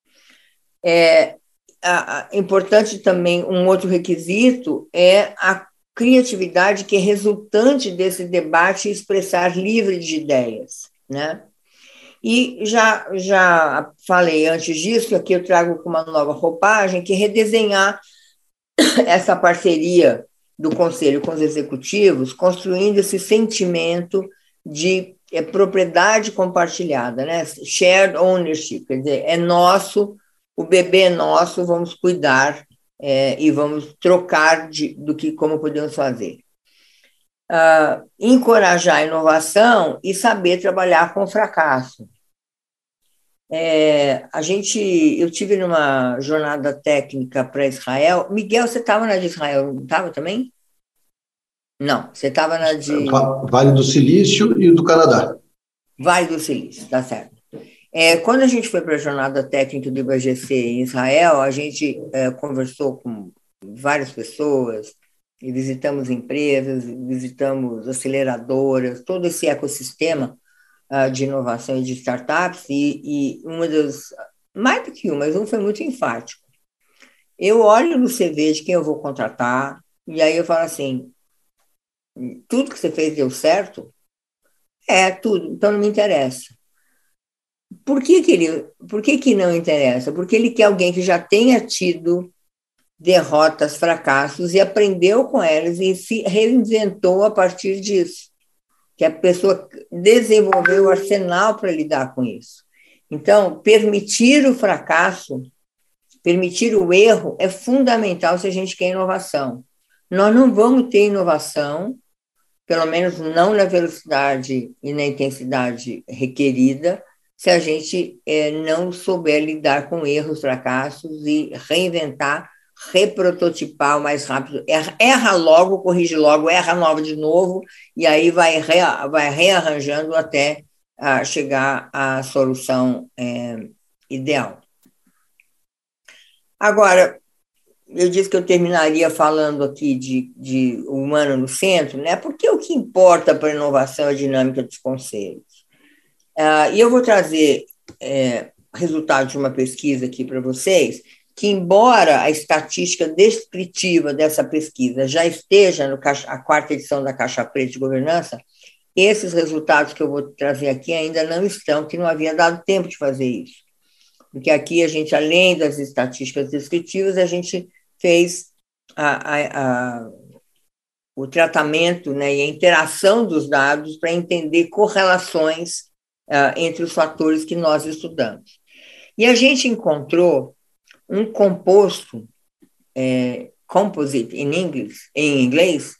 Speaker 3: Importante também, um outro requisito é a criatividade que é resultante desse debate e expressar livre de ideias, né? E já falei antes disso, aqui eu trago com uma nova roupagem, que é redesenhar essa parceria do conselho com os executivos, construindo esse sentimento de propriedade compartilhada, né? Shared ownership, quer dizer, é nosso, o bebê é nosso, vamos cuidar e vamos trocar como podemos fazer. Encorajar a inovação e saber trabalhar com o fracasso. Eu tive numa jornada técnica para Israel. Miguel, você estava na de Israel, não estava também? Não, você estava na de...
Speaker 8: Vale do Silício e do Canadá.
Speaker 3: Vale do Silício, tá certo. Quando a gente foi para a jornada técnica do IBGC em Israel, a gente conversou com várias pessoas, e visitamos empresas, visitamos aceleradoras, todo esse ecossistema de inovação e de startups, e uma das, mais do que uma, mas um foi muito enfático. Eu olho no CV de quem eu vou contratar, e aí eu falo assim, tudo que você fez deu certo? Tudo, então não me interessa. Por que não interessa? Porque ele quer alguém que já tenha tido derrotas, fracassos, e aprendeu com elas e se reinventou a partir disso. Que a pessoa desenvolveu o arsenal para lidar com isso. Então, permitir o fracasso, permitir o erro é fundamental se a gente quer inovação. Nós não vamos ter inovação pelo menos não na velocidade e na intensidade requerida, se a gente não souber lidar com erros, fracassos e reinventar, reprototipar o mais rápido. Erra logo, corrige logo, erra nova de novo, e aí vai rearranjando até chegar à solução ideal. Agora, eu disse que eu terminaria falando aqui de humano no centro, né? Porque o que importa para a inovação é a dinâmica dos conselhos. E eu vou trazer resultados de uma pesquisa aqui para vocês, que, embora a estatística descritiva dessa pesquisa já esteja na 4ª edição da Caixa Preta de Governança, esses resultados que eu vou trazer aqui ainda não estão, que não havia dado tempo de fazer isso. Porque aqui a gente, além das estatísticas descritivas, a gente fez o tratamento, né, e a interação dos dados para entender correlações entre os fatores que nós estudamos. E a gente encontrou um composto, composite em inglês,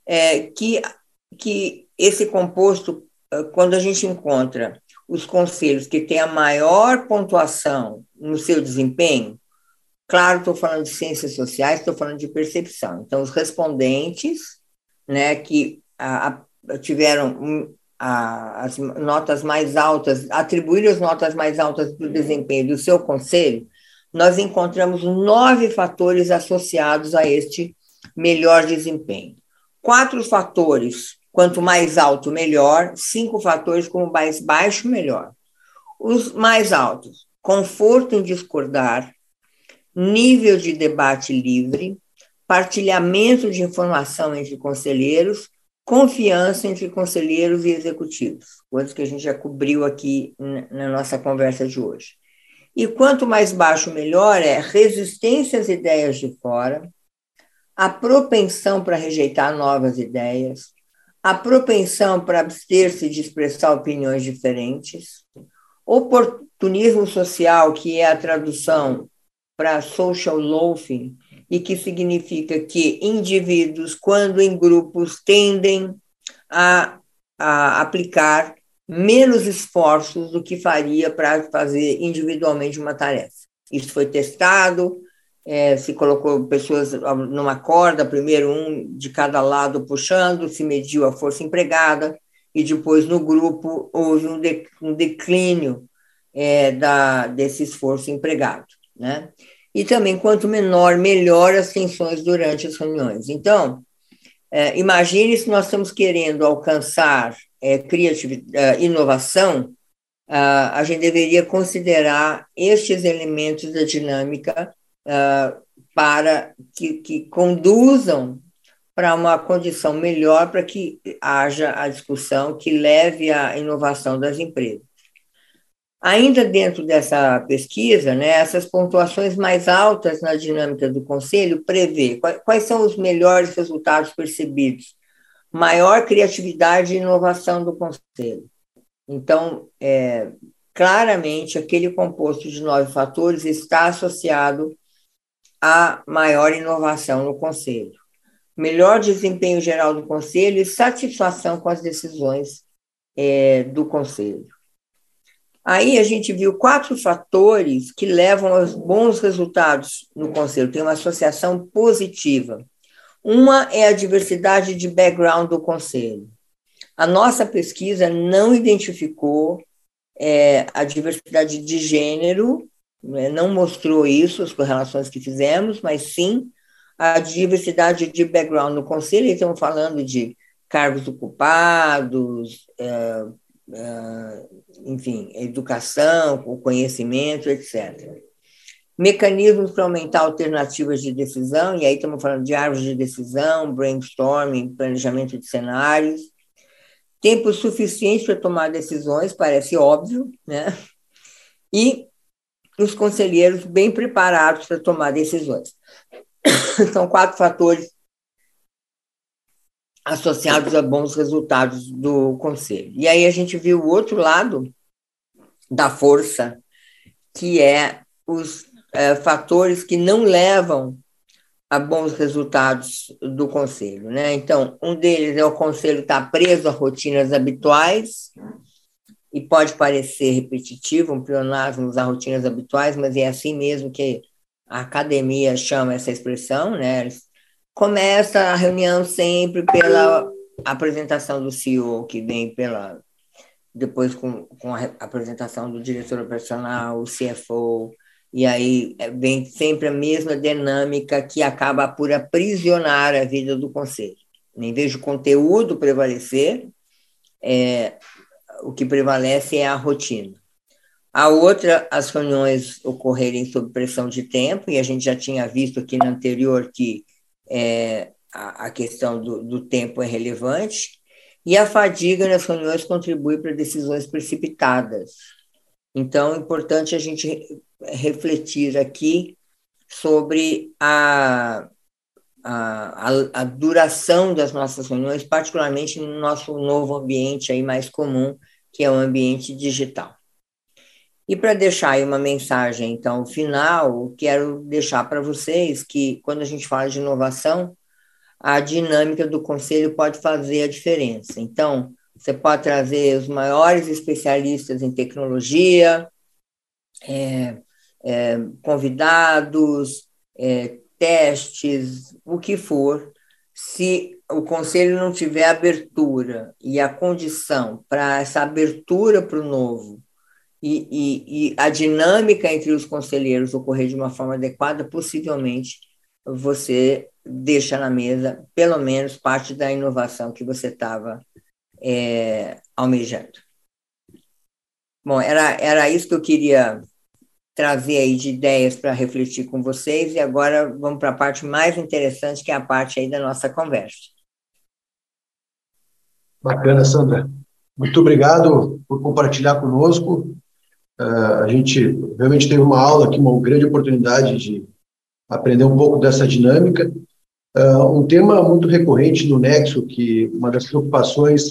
Speaker 3: que esse composto, quando a gente encontra os conselhos que têm a maior pontuação no seu desempenho, claro, estou falando de ciências sociais, estou falando de percepção. Então, os respondentes, né, que tiveram as notas mais altas, atribuíram as notas mais altas para o desempenho do seu conselho, nós encontramos 9 fatores associados a este melhor desempenho. 4 fatores, quanto mais alto, melhor. 5 fatores, como mais baixo, melhor. Os mais altos: conforto em discordar, nível de debate livre, partilhamento de informação entre conselheiros, confiança entre conselheiros e executivos, coisas que a gente já cobriu aqui na nossa conversa de hoje. E quanto mais baixo, melhor é resistência às ideias de fora, a propensão para rejeitar novas ideias, a propensão para abster-se de expressar opiniões diferentes, oportunismo social, que é a tradução para social loafing, e que significa que indivíduos, quando em grupos, tendem a aplicar menos esforços do que faria para fazer individualmente uma tarefa. Isso foi testado, se colocou pessoas numa corda, primeiro um de cada lado puxando, se mediu a força empregada, e depois no grupo houve um declínio desse esforço empregado, né? E também, quanto menor, melhor as tensões durante as reuniões. Então, imagine se nós estamos querendo alcançar inovação, a gente deveria considerar estes elementos da dinâmica para que conduzam para uma condição melhor para que haja a discussão que leve à inovação das empresas. Ainda dentro dessa pesquisa, né, essas pontuações mais altas na dinâmica do conselho prevê quais são os melhores resultados percebidos, maior criatividade e inovação do conselho. Então, claramente, aquele composto de 9 fatores está associado a maior inovação no conselho. Melhor desempenho geral do conselho e satisfação com as decisões do conselho. Aí a gente viu 4 fatores que levam aos bons resultados no conselho, tem uma associação positiva. Uma é a diversidade de background do conselho. A nossa pesquisa não identificou a diversidade de gênero, não mostrou isso, as correlações que fizemos, mas sim a diversidade de background no conselho. Estamos falando de cargos ocupados, enfim, educação, conhecimento, etc. Mecanismos para aumentar alternativas de decisão, e aí estamos falando de árvores de decisão, brainstorming, planejamento de cenários. Tempo suficiente para tomar decisões, parece óbvio, né? E os conselheiros bem preparados para tomar decisões. São 4 fatores associados a bons resultados do conselho. E aí a gente viu o outro lado da força, que é os fatores que não levam a bons resultados do conselho, né? Então, um deles é o conselho estar preso a rotinas habituais, e pode parecer repetitivo, um pleonasmo usar rotinas habituais, mas é assim mesmo que a academia chama essa expressão, né? Começa a reunião sempre pela apresentação do CEO, que vem depois com a apresentação do diretor operacional, o CFO, e aí vem sempre a mesma dinâmica que acaba por aprisionar a vida do conselho. Em vez do conteúdo prevalecer, o que prevalece é a rotina. A outra, as reuniões ocorrerem sob pressão de tempo, e a gente já tinha visto aqui no anterior que a questão do tempo é relevante, e a fadiga nas reuniões contribui para decisões precipitadas. Então, é importante a gente refletir aqui sobre a duração das nossas reuniões, particularmente no nosso novo ambiente aí mais comum, que é o ambiente digital. E para deixar aí uma mensagem, então, final, quero deixar para vocês que, quando a gente fala de inovação, a dinâmica do conselho pode fazer a diferença. Então, você pode trazer os maiores especialistas em tecnologia, convidados, testes, o que for. Se o conselho não tiver abertura e a condição para essa abertura para o novo e a dinâmica entre os conselheiros ocorrer de uma forma adequada, possivelmente você deixa na mesa pelo menos parte da inovação que você estava almejando. Bom, era isso que eu queria trazer aí de ideias para refletir com vocês, e agora vamos para a parte mais interessante, que é a parte aí da nossa conversa.
Speaker 8: Bacana, Sandra. Muito obrigado por compartilhar conosco. A gente realmente teve uma aula aqui, uma grande oportunidade de aprender um pouco dessa dinâmica. Um tema muito recorrente no Nexo, que uma das preocupações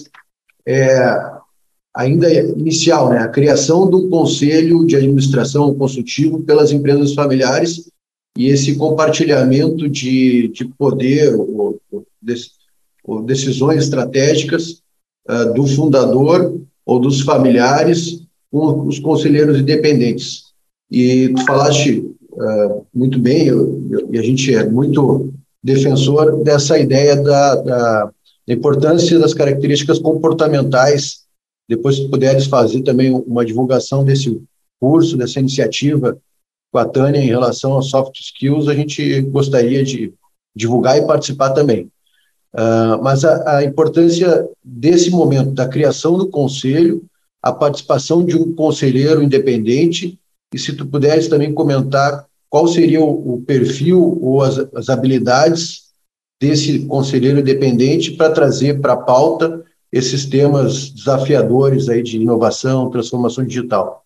Speaker 8: ainda inicial, né? A criação do conselho de administração consultivo pelas empresas familiares e esse compartilhamento de poder ou decisões estratégicas do fundador ou dos familiares com os conselheiros independentes. E tu falaste muito bem, e a gente é muito defensor dessa ideia da importância das características comportamentais. Depois, se puderes fazer também uma divulgação desse curso, dessa iniciativa com a Tânia em relação aos soft skills, a gente gostaria de divulgar e participar também. Mas a importância desse momento, da criação do conselho, a participação de um conselheiro independente, e se tu puderes também comentar qual seria o perfil ou as habilidades desse conselheiro independente para trazer para a pauta esses temas desafiadores aí de inovação, transformação digital.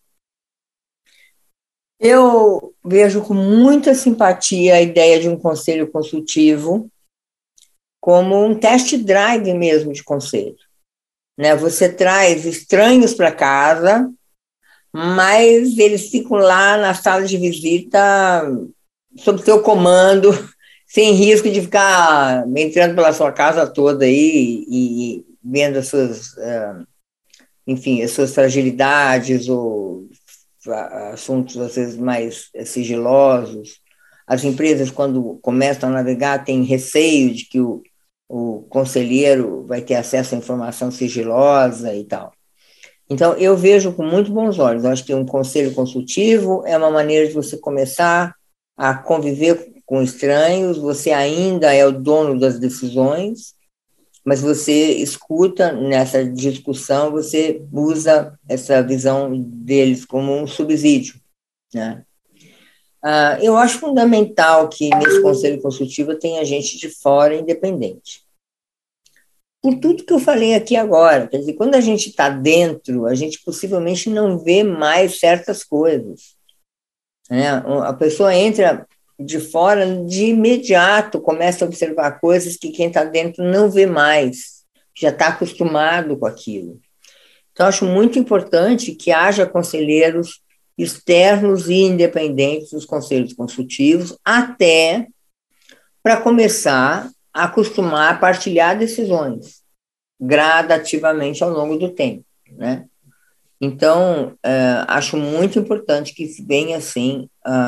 Speaker 3: Eu vejo com muita simpatia a ideia de um conselho consultivo como um test drive mesmo de conselho, né? Você traz estranhos para casa, mas eles ficam lá na sala de visita sob seu comando, sem risco de ficar entrando pela sua casa toda aí e vendo as suas, enfim, as suas fragilidades ou assuntos às vezes mais sigilosos. As empresas, quando começam a navegar, têm receio de que o conselheiro vai ter acesso à informação sigilosa e tal. Então, eu vejo com muito bons olhos. Eu acho que um conselho consultivo é uma maneira de você começar a conviver com estranhos, você ainda é o dono das decisões, mas você escuta nessa discussão, você usa essa visão deles como um subsídio, né? Eu acho fundamental que nesse conselho consultivo tenha gente de fora independente. Por tudo que eu falei aqui agora, quer dizer, quando a gente está dentro, a gente possivelmente não vê mais certas coisas, né? A pessoa entra de fora, de imediato começa a observar coisas que quem está dentro não vê mais, já está acostumado com aquilo. Então, acho muito importante que haja conselheiros externos e independentes dos conselhos consultivos, até para começar a acostumar a partilhar decisões gradativamente ao longo do tempo, né? Então, acho muito importante que venha assim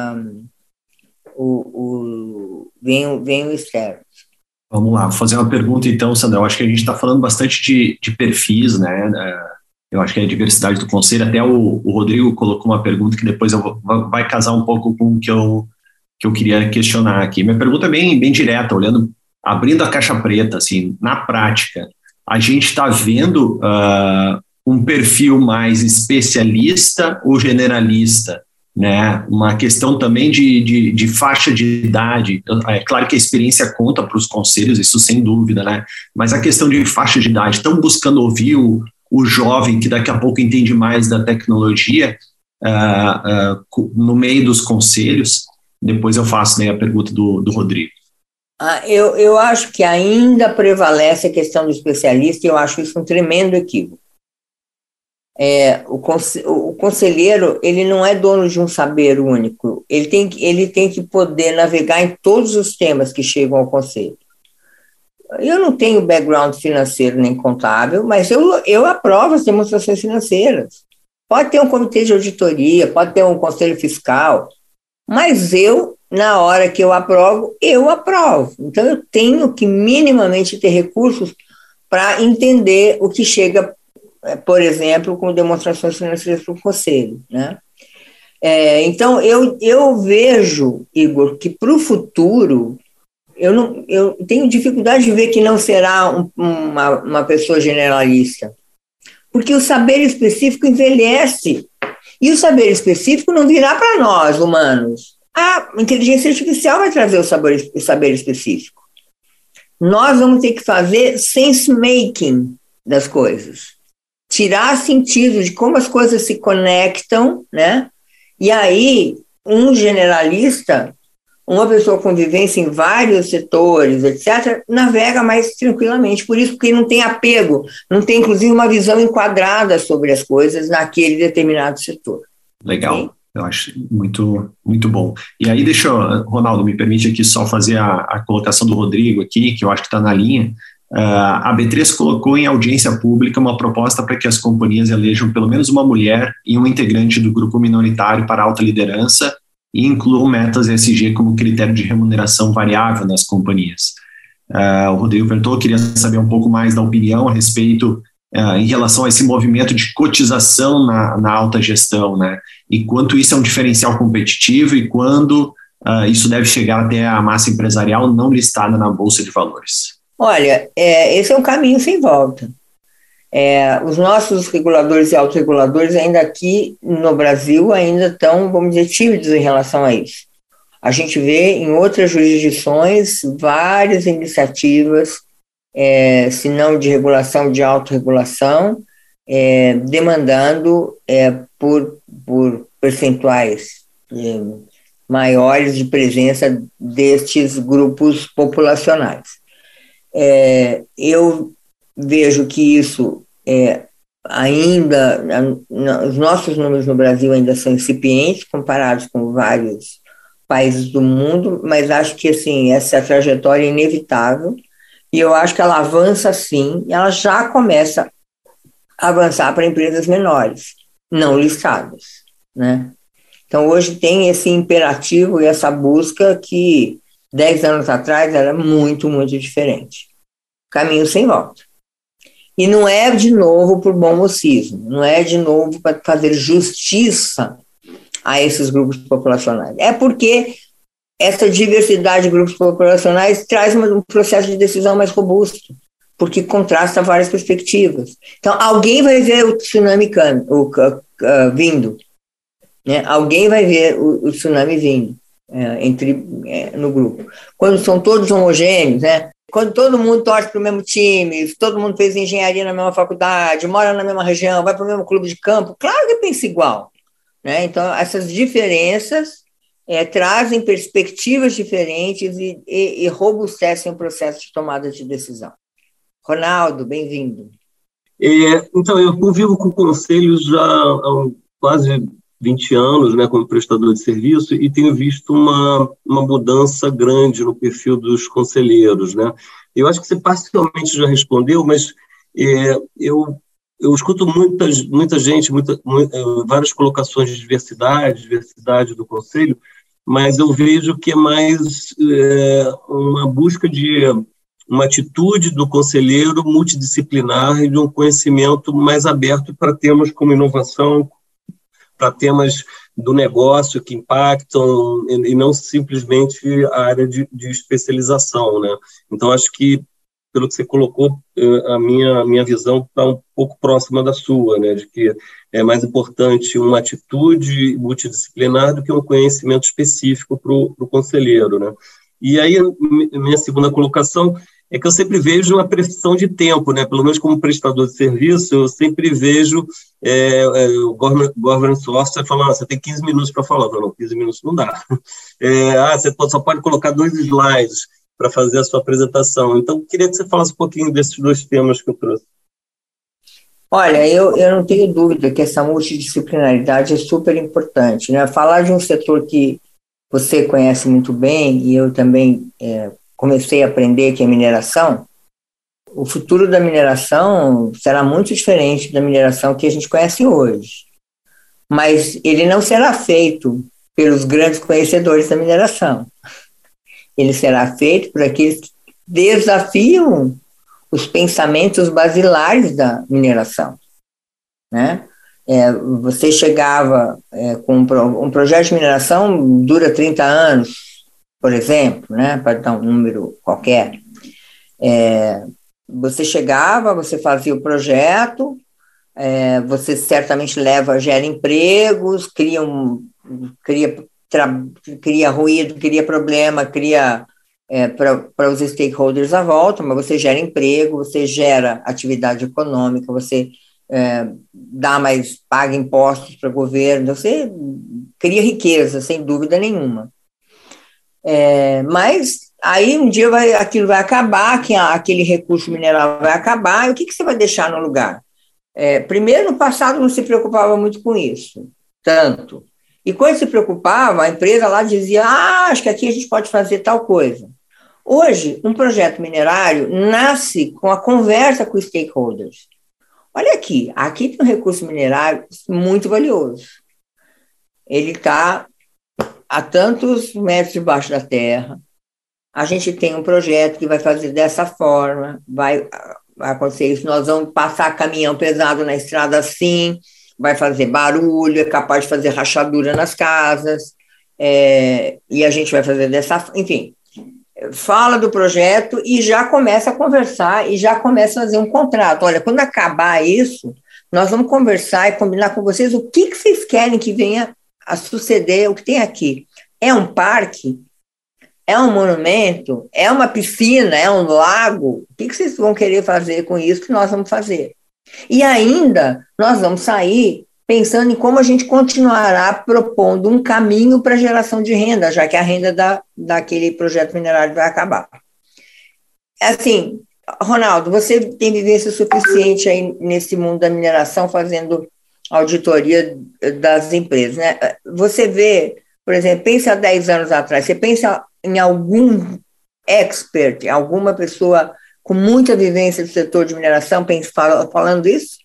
Speaker 3: venha o externo.
Speaker 6: Vamos lá, vou fazer uma pergunta então, Sandra. Eu acho que a gente está falando bastante de perfis, né? Eu acho que é a diversidade do conselho. Até o Rodrigo colocou uma pergunta que depois vai casar um pouco com o que eu queria questionar aqui. Minha pergunta é bem direta, abrindo a caixa preta, assim, na prática, a gente está vendo um perfil mais especialista ou generalista, né? Uma questão também de faixa de idade. É claro que a experiência conta para os conselhos, isso sem dúvida, né? Mas a questão de faixa de idade, estão buscando ouvir o jovem que daqui a pouco entende mais da tecnologia no meio dos conselhos. Depois eu faço, né, a pergunta do Rodrigo.
Speaker 3: Eu acho que ainda prevalece a questão do especialista e eu acho isso um tremendo equívoco. O conselheiro, ele não é dono de um saber único, ele tem que poder navegar em todos os temas que chegam ao conselho. Eu não tenho background financeiro nem contábil, mas eu aprovo as demonstrações financeiras. Pode ter um comitê de auditoria, pode ter um conselho fiscal, mas na hora que eu aprovo. Então, eu tenho que minimamente ter recursos para entender o que chega, por exemplo, com demonstrações financeiras para o conselho, né? Então, eu vejo, Igor, que para o futuro, eu tenho dificuldade de ver que não será uma pessoa generalista, porque o saber específico envelhece, e o saber específico não virá para nós, humanos. A inteligência artificial vai trazer o saber específico. Nós vamos ter que fazer sense-making das coisas, tirar sentido de como as coisas se conectam, né? E aí, um generalista, uma pessoa com vivência em vários setores, etc., navega mais tranquilamente. Por isso, porque não tem apego, não tem, inclusive, uma visão enquadrada sobre as coisas naquele determinado setor.
Speaker 6: Legal. Okay? Eu acho muito, muito bom. E aí, Ronaldo, me permite aqui só fazer a colocação do Rodrigo aqui, que eu acho que está na linha. A B3 colocou em audiência pública uma proposta para que as companhias elejam pelo menos uma mulher e um integrante do grupo minoritário para alta liderança e incluam metas ESG como critério de remuneração variável nas companhias. O Rodrigo perguntou, queria saber um pouco mais da opinião a respeito em relação a esse movimento de cotização na alta gestão, né? E quanto isso é um diferencial competitivo e quando isso deve chegar até a massa empresarial não listada na Bolsa de Valores.
Speaker 3: Olha, esse é um caminho sem volta. Os nossos reguladores e autorreguladores ainda aqui no Brasil ainda estão, vamos dizer, tímidos em relação a isso. A gente vê em outras jurisdições várias iniciativas, se não de regulação, de autorregulação, demandando por percentuais maiores de presença destes grupos populacionais. Eu vejo que isso ainda, os nossos números no Brasil ainda são incipientes comparados com vários países do mundo, mas acho que assim, essa trajetória é inevitável e eu acho que ela avança sim, e ela já começa a avançar para empresas menores, não listadas, né? Então hoje tem esse imperativo e essa busca que 10 anos atrás era muito, muito diferente. Caminho sem volta. E não é de novo por bom mocismo, não é de novo para fazer justiça a esses grupos populacionais. É porque essa diversidade de grupos populacionais traz um processo de decisão mais robusto, porque contrasta várias perspectivas. Então, alguém vai ver o tsunami vindo, né? Alguém vai ver o tsunami vindo no grupo. Quando são todos homogêneos, né? Quando todo mundo torce para o mesmo time, todo mundo fez engenharia na mesma faculdade, mora na mesma região, vai para o mesmo clube de campo, claro que pensa igual, né? Então, essas diferenças trazem perspectivas diferentes e robustecem o processo de tomada de decisão. Ronaldo, bem-vindo.
Speaker 9: Então, eu convivo com conselhos há quase 20 anos, né, como prestador de serviço, e tenho visto uma mudança grande no perfil dos conselheiros, né? Eu acho que você parcialmente já respondeu, mas eu escuto muita gente, várias colocações de diversidade do conselho, mas eu vejo que é mais uma busca de uma atitude do conselheiro multidisciplinar e de um conhecimento mais aberto para temas como inovação, para temas do negócio que impactam e não simplesmente a área de especialização, né? Então, acho que, pelo que você colocou, a minha visão está um pouco próxima da sua, né? De que é mais importante uma atitude multidisciplinar do que um conhecimento específico para o conselheiro, né? E aí, minha segunda colocação é que eu sempre vejo uma pressão de tempo, né? Pelo menos como prestador de serviço, eu sempre vejo o governance officer falando, você tem 15 minutos para falar. Não, 15 minutos não dá. Você só pode colocar 2 slides para fazer a sua apresentação. Então, queria que você falasse um pouquinho desses 2 temas que eu trouxe.
Speaker 3: Olha, eu não tenho dúvida que essa multidisciplinaridade é super importante, né? Falar de um setor que você conhece muito bem, e eu também comecei a aprender, que é mineração. O futuro da mineração será muito diferente da mineração que a gente conhece hoje. Mas ele não será feito pelos grandes conhecedores da mineração. Ele será feito por aqueles que desafiam os pensamentos basilares da mineração, né? Você chegava com um projeto de mineração, dura 30 anos, por exemplo, né, para dar um número qualquer. Você chegava, você fazia o projeto, você certamente gera empregos, cria ruído, cria problema, cria para os stakeholders à volta, mas você gera emprego, você gera atividade econômica, você paga impostos para o governo, você cria riqueza, sem dúvida nenhuma. Mas aí um dia aquilo vai acabar, aquele recurso mineral vai acabar, e o que você vai deixar no lugar? Primeiro, no passado não se preocupava muito com isso, tanto. E quando se preocupava, a empresa lá dizia, acho que aqui a gente pode fazer tal coisa. Hoje, um projeto minerário nasce com a conversa com os stakeholders. Olha aqui tem um recurso minerário muito valioso. Ele está a tantos metros debaixo da terra. A gente tem um projeto que vai fazer dessa forma, vai acontecer isso, nós vamos passar caminhão pesado na estrada assim, vai fazer barulho, é capaz de fazer rachadura nas casas, e a gente vai fazer enfim, fala do projeto e já começa a conversar e já começa a fazer um contrato. Olha, quando acabar isso, nós vamos conversar e combinar com vocês o que vocês querem que venha a suceder, o que tem aqui. É um parque? É um monumento? É uma piscina? É um lago? O que vocês vão querer fazer com isso que nós vamos fazer? E ainda nós vamos sair pensando em como a gente continuará propondo um caminho para a geração de renda, já que a renda daquele projeto minerário vai acabar. Assim, Ronaldo, você tem vivência suficiente aí nesse mundo da mineração, fazendo auditoria das empresas, né? Você vê, por exemplo, pensa há 10 anos atrás, você pensa em algum expert, alguma pessoa com muita vivência do setor de mineração falando isso?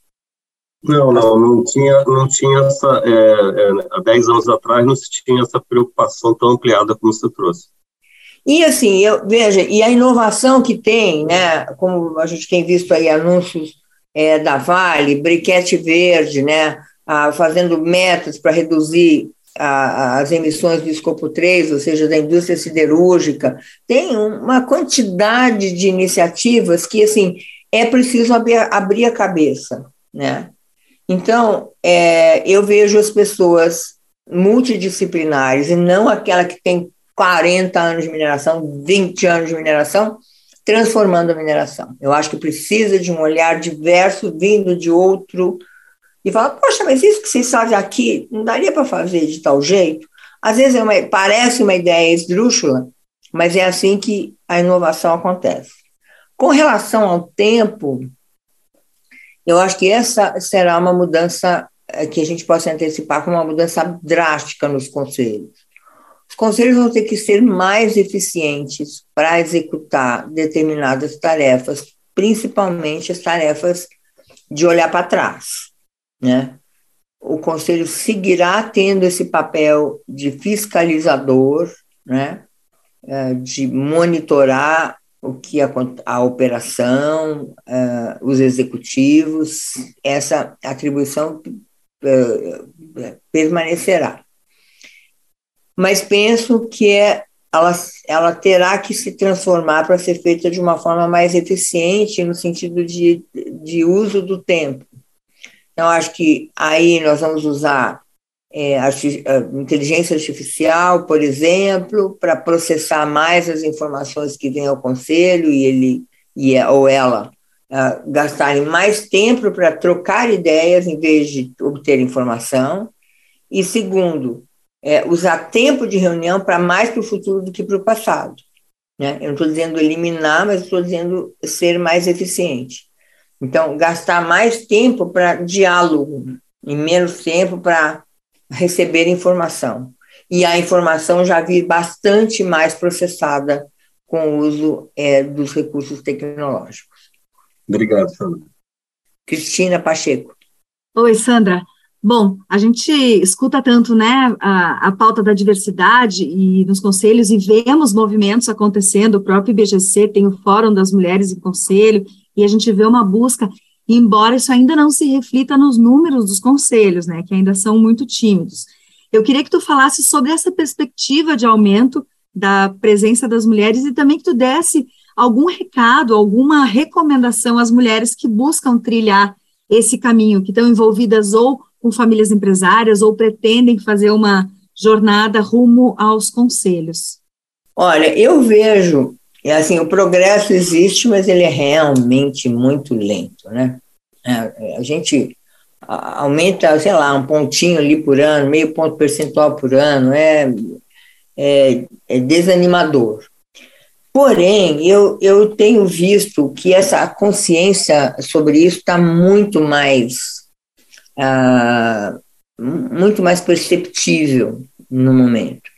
Speaker 9: Não tinha essa, há 10 anos atrás não se tinha essa preocupação tão ampliada como você trouxe.
Speaker 3: E assim, veja, e a inovação que tem, né, como a gente tem visto aí anúncios da Vale, briquete verde, né, fazendo metas para reduzir as emissões do escopo 3, ou seja, da indústria siderúrgica, tem uma quantidade de iniciativas que, assim, é preciso abrir a cabeça, né? Então, eu vejo as pessoas multidisciplinares, e não aquela que tem 40 anos de mineração, 20 anos de mineração, transformando a mineração. Eu acho que precisa de um olhar diverso, vindo de outro, e falar, poxa, mas isso que vocês fazem aqui, não daria para fazer de tal jeito? Às vezes parece uma ideia esdrúxula, mas é assim que a inovação acontece. Com relação ao tempo, eu acho que essa será uma mudança que a gente possa antecipar com uma mudança drástica nos conselhos. Os conselhos vão ter que ser mais eficientes para executar determinadas tarefas, principalmente as tarefas de olhar para trás, né? O conselho seguirá tendo esse papel de fiscalizador, né? De monitorar o que a operação, os executivos, essa atribuição permanecerá. Mas penso que ela terá que se transformar para ser feita de uma forma mais eficiente no sentido de uso do tempo. Então, acho que aí nós vamos usar a inteligência artificial, por exemplo, para processar mais as informações que vêm ao conselho e ele ou ela gastarem mais tempo para trocar ideias em vez de obter informação. E segundo, usar tempo de reunião para mais para o futuro do que para o passado, né? Eu não estou dizendo eliminar, mas estou dizendo ser mais eficiente. Então, gastar mais tempo para diálogo e menos tempo para receber informação. E a informação já vir bastante mais processada com o uso dos recursos tecnológicos.
Speaker 9: Obrigado, Sandra.
Speaker 3: Cristina Pacheco.
Speaker 2: Oi, Sandra. Bom, a gente escuta tanto, né, a pauta da diversidade e nos conselhos e vemos movimentos acontecendo, o próprio IBGC tem o Fórum das Mulheres em Conselho e a gente vê uma busca, embora isso ainda não se reflita nos números dos conselhos, né, que ainda são muito tímidos. Eu queria que tu falasse sobre essa perspectiva de aumento da presença das mulheres e também que tu desse algum recado, alguma recomendação às mulheres que buscam trilhar esse caminho, que estão envolvidas ou com famílias empresárias ou pretendem fazer uma jornada rumo aos conselhos.
Speaker 3: Olha, eu vejo, assim, o progresso existe, mas ele é realmente muito lento, né? A gente aumenta, sei lá, um pontinho ali por ano, meio ponto percentual por ano, é desanimador. Porém, eu tenho visto que essa consciência sobre isso está muito mais perceptível no momento.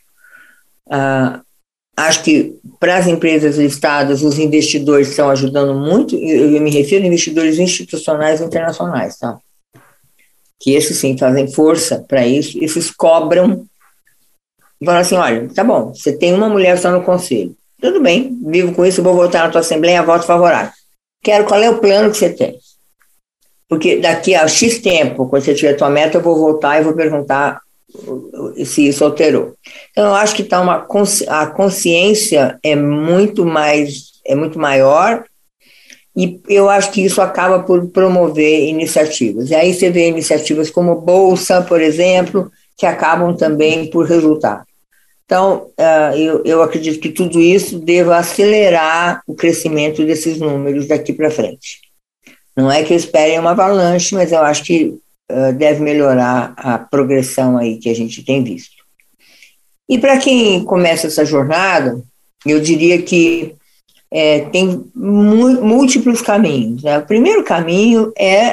Speaker 3: Acho que para as empresas listadas, os investidores estão ajudando muito, eu me refiro a investidores institucionais e internacionais, tá? Que esses sim fazem força para isso, esses cobram e falam assim, olha, tá bom, você tem uma mulher só no conselho, tudo bem, vivo com isso, vou votar na tua assembleia, voto favorável. Qual é o plano que você tem? Porque daqui a X tempo, quando você tiver a tua meta, eu vou voltar e vou perguntar se isso alterou. Então, eu acho que a consciência é muito maior e eu acho que isso acaba por promover iniciativas. E aí você vê iniciativas como Bolsa, por exemplo, que acabam também por resultar. Então, eu acredito que tudo isso deva acelerar o crescimento desses números daqui para frente. Não é que eu espere uma avalanche, mas eu acho que deve melhorar a progressão aí que a gente tem visto. E para quem começa essa jornada, eu diria que tem múltiplos caminhos, né? O primeiro caminho é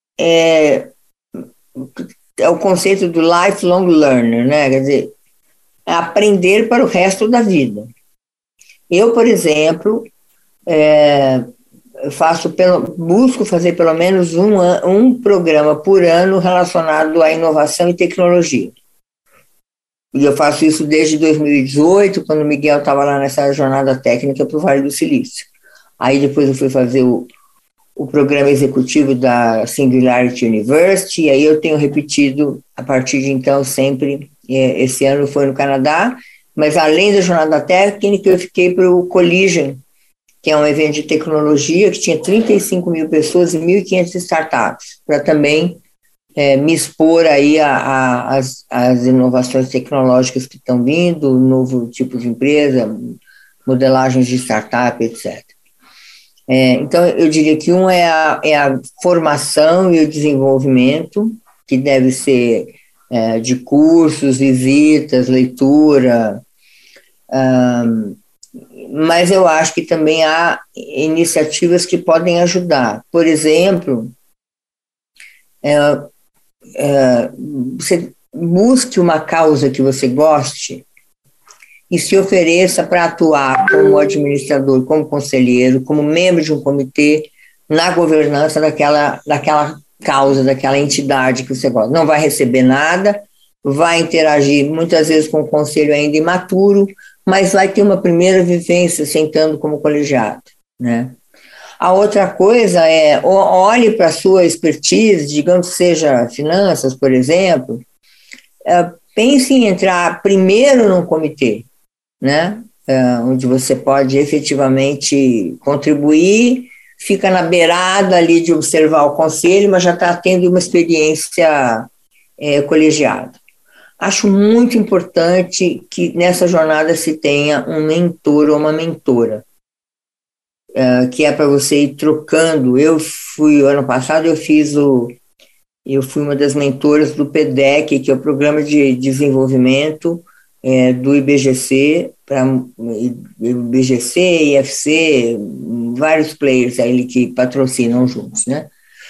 Speaker 3: o conceito do lifelong learner, né? Quer dizer, aprender para o resto da vida. Eu, por exemplo, busco fazer pelo menos um programa por ano relacionado à inovação e tecnologia. E eu faço isso desde 2018, quando o Miguel estava lá nessa jornada técnica para o Vale do Silício. Aí depois eu fui fazer o programa executivo da Singularity University, e aí eu tenho repetido, a partir de então, sempre, esse ano foi no Canadá, mas além da jornada técnica, eu fiquei para o Collision, que é um evento de tecnologia que tinha 35 mil pessoas e 1.500 startups, para também me expor aí às inovações tecnológicas que estão vindo, novo tipo de empresa, modelagens de startup, etc. Então, eu diria que um é a formação e o desenvolvimento, que deve ser de cursos, visitas, leitura, mas eu acho que também há iniciativas que podem ajudar. Por exemplo, você busque uma causa que você goste e se ofereça para atuar como administrador, como conselheiro, como membro de um comitê na governança daquela causa, daquela entidade que você gosta. Não vai receber nada, vai interagir muitas vezes com o conselho ainda imaturo, mas vai ter uma primeira vivência sentando como colegiado, né? A outra coisa é, olhe para a sua expertise, digamos que seja finanças, por exemplo, pense em entrar primeiro num comitê, né? Onde você pode efetivamente contribuir, fica na beirada ali de observar o conselho, mas já está tendo uma experiência colegiada. Acho muito importante que nessa jornada se tenha um mentor ou uma mentora, que é para você ir trocando. Ano passado eu fui uma das mentoras do PDEC, que é o Programa de Desenvolvimento do IBGC, IBGC, IFC, vários players aí que patrocinam juntos, né?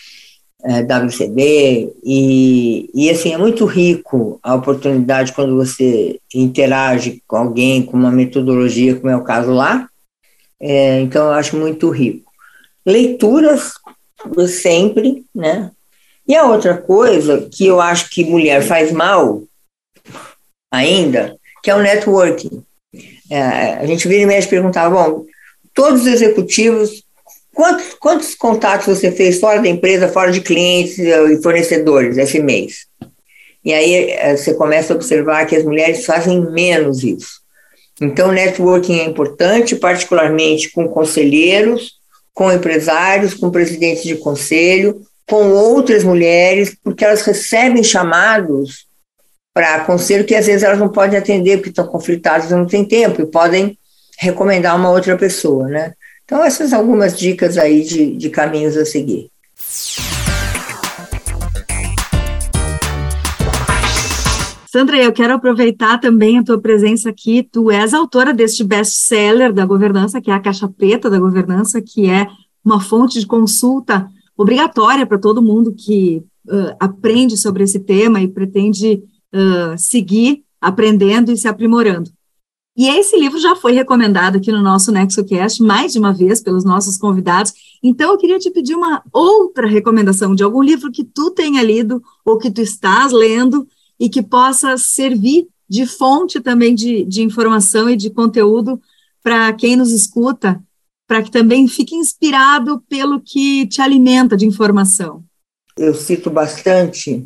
Speaker 3: WCD, e assim, é muito rico a oportunidade quando você interage com alguém com uma metodologia, como é o caso lá. Então eu acho muito rico. Leituras sempre, né? E a outra coisa que eu acho que mulher faz mal ainda, que é o networking. A gente vira e mexe e perguntava, bom, todos os executivos, quantos contatos você fez fora da empresa, fora de clientes e fornecedores esse mês? E aí você começa a observar que as mulheres fazem menos isso. Então, o networking é importante, particularmente com conselheiros, com empresários, com presidentes de conselho, com outras mulheres, porque elas recebem chamados para conselho que às vezes elas não podem atender porque estão conflitadas, não têm tempo, e podem recomendar uma outra pessoa, né? Então, essas algumas dicas aí de caminhos a seguir.
Speaker 2: Sandra, eu quero aproveitar também a tua presença aqui. Tu és autora deste best-seller da governança, que é a Caixa Preta da Governança, que é uma fonte de consulta obrigatória para todo mundo que aprende sobre esse tema e pretende seguir aprendendo e se aprimorando. E esse livro já foi recomendado aqui no nosso NexoCast mais de uma vez pelos nossos convidados. Então, eu queria te pedir uma outra recomendação de algum livro que tu tenha lido ou que tu estás lendo e que possa servir de fonte também de informação e de conteúdo para quem nos escuta, para que também fique inspirado pelo que te alimenta de informação.
Speaker 3: Eu cito bastante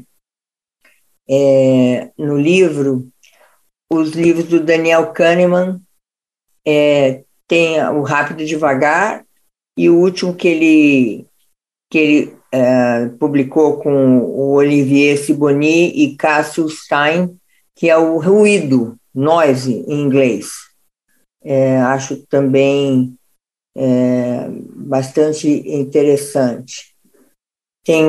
Speaker 3: no livro os livros do Daniel Kahneman, tem o Rápido e Devagar, e o último que ele publicou com o Olivier Sibony e Cassio Stein, que é o Ruído, Noise, em inglês. Acho também bastante interessante. Tem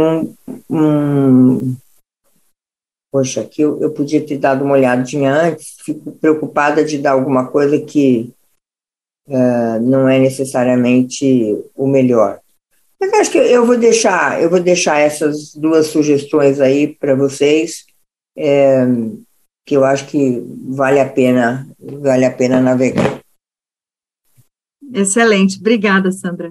Speaker 3: Poxa, aqui eu podia ter dado uma olhadinha antes, fico preocupada de dar alguma coisa que não é necessariamente o melhor. Mas acho que eu vou deixar essas duas sugestões aí para vocês, que eu acho que vale a pena navegar.
Speaker 2: Excelente, obrigada, Sandra.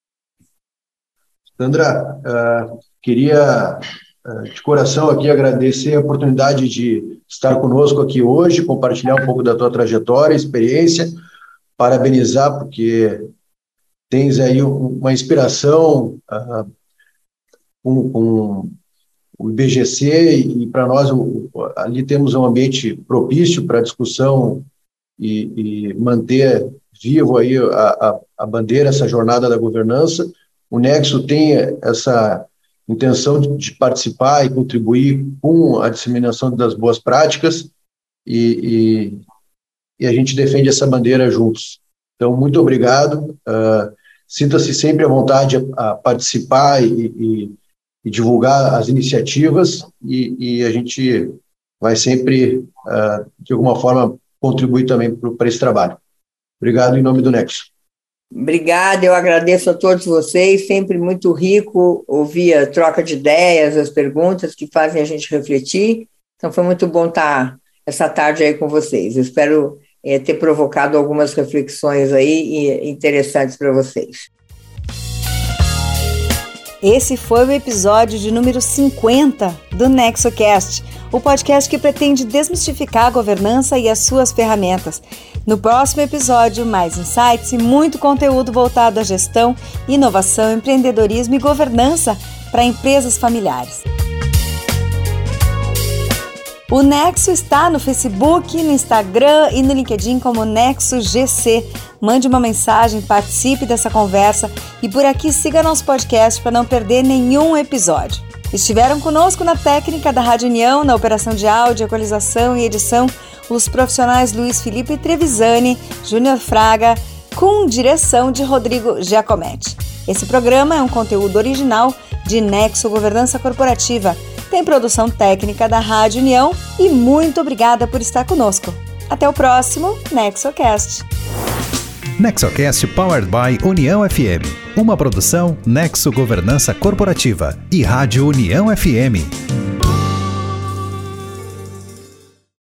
Speaker 8: Sandra, queria de coração aqui agradecer a oportunidade de estar conosco aqui hoje, compartilhar um pouco da tua trajetória, experiência, parabenizar porque tens aí uma inspiração com o IBGC e para nós ali temos um ambiente propício para discussão e manter vivo aí a bandeira, essa jornada da governança. O Nexo tem essa intenção de participar e contribuir com a disseminação das boas práticas e a gente defende essa bandeira juntos. Então, muito obrigado. Sinta-se sempre à vontade a participar e divulgar as iniciativas e a gente vai sempre, de alguma forma, contribuir também para esse trabalho. Obrigado em nome do Nexo.
Speaker 3: Obrigada, eu agradeço a todos vocês, sempre muito rico ouvir a troca de ideias, as perguntas que fazem a gente refletir. Então foi muito bom estar essa tarde aí com vocês. Eu espero ter provocado algumas reflexões aí interessantes para vocês.
Speaker 2: Esse foi o episódio de número 50 do NexoCast, o podcast que pretende desmistificar a governança e as suas ferramentas. No próximo episódio, mais insights e muito conteúdo voltado à gestão, inovação, empreendedorismo e governança para empresas familiares. O Nexo está no Facebook, no Instagram e no LinkedIn como Nexo GC. Mande uma mensagem, participe dessa conversa e por aqui siga nosso podcast para não perder nenhum episódio. Estiveram conosco na técnica da Rádio União, na operação de áudio, equalização e edição, os profissionais Luiz Felipe Trevisani, Júnior Fraga, com direção de Rodrigo Giacometti. Esse programa é um conteúdo original de Nexo Governança Corporativa. Tem produção técnica da Rádio União e muito obrigada por estar conosco. Até o próximo NexoCast.
Speaker 1: NexoCast Powered by União FM. Uma produção Nexo Governança Corporativa e Rádio União FM.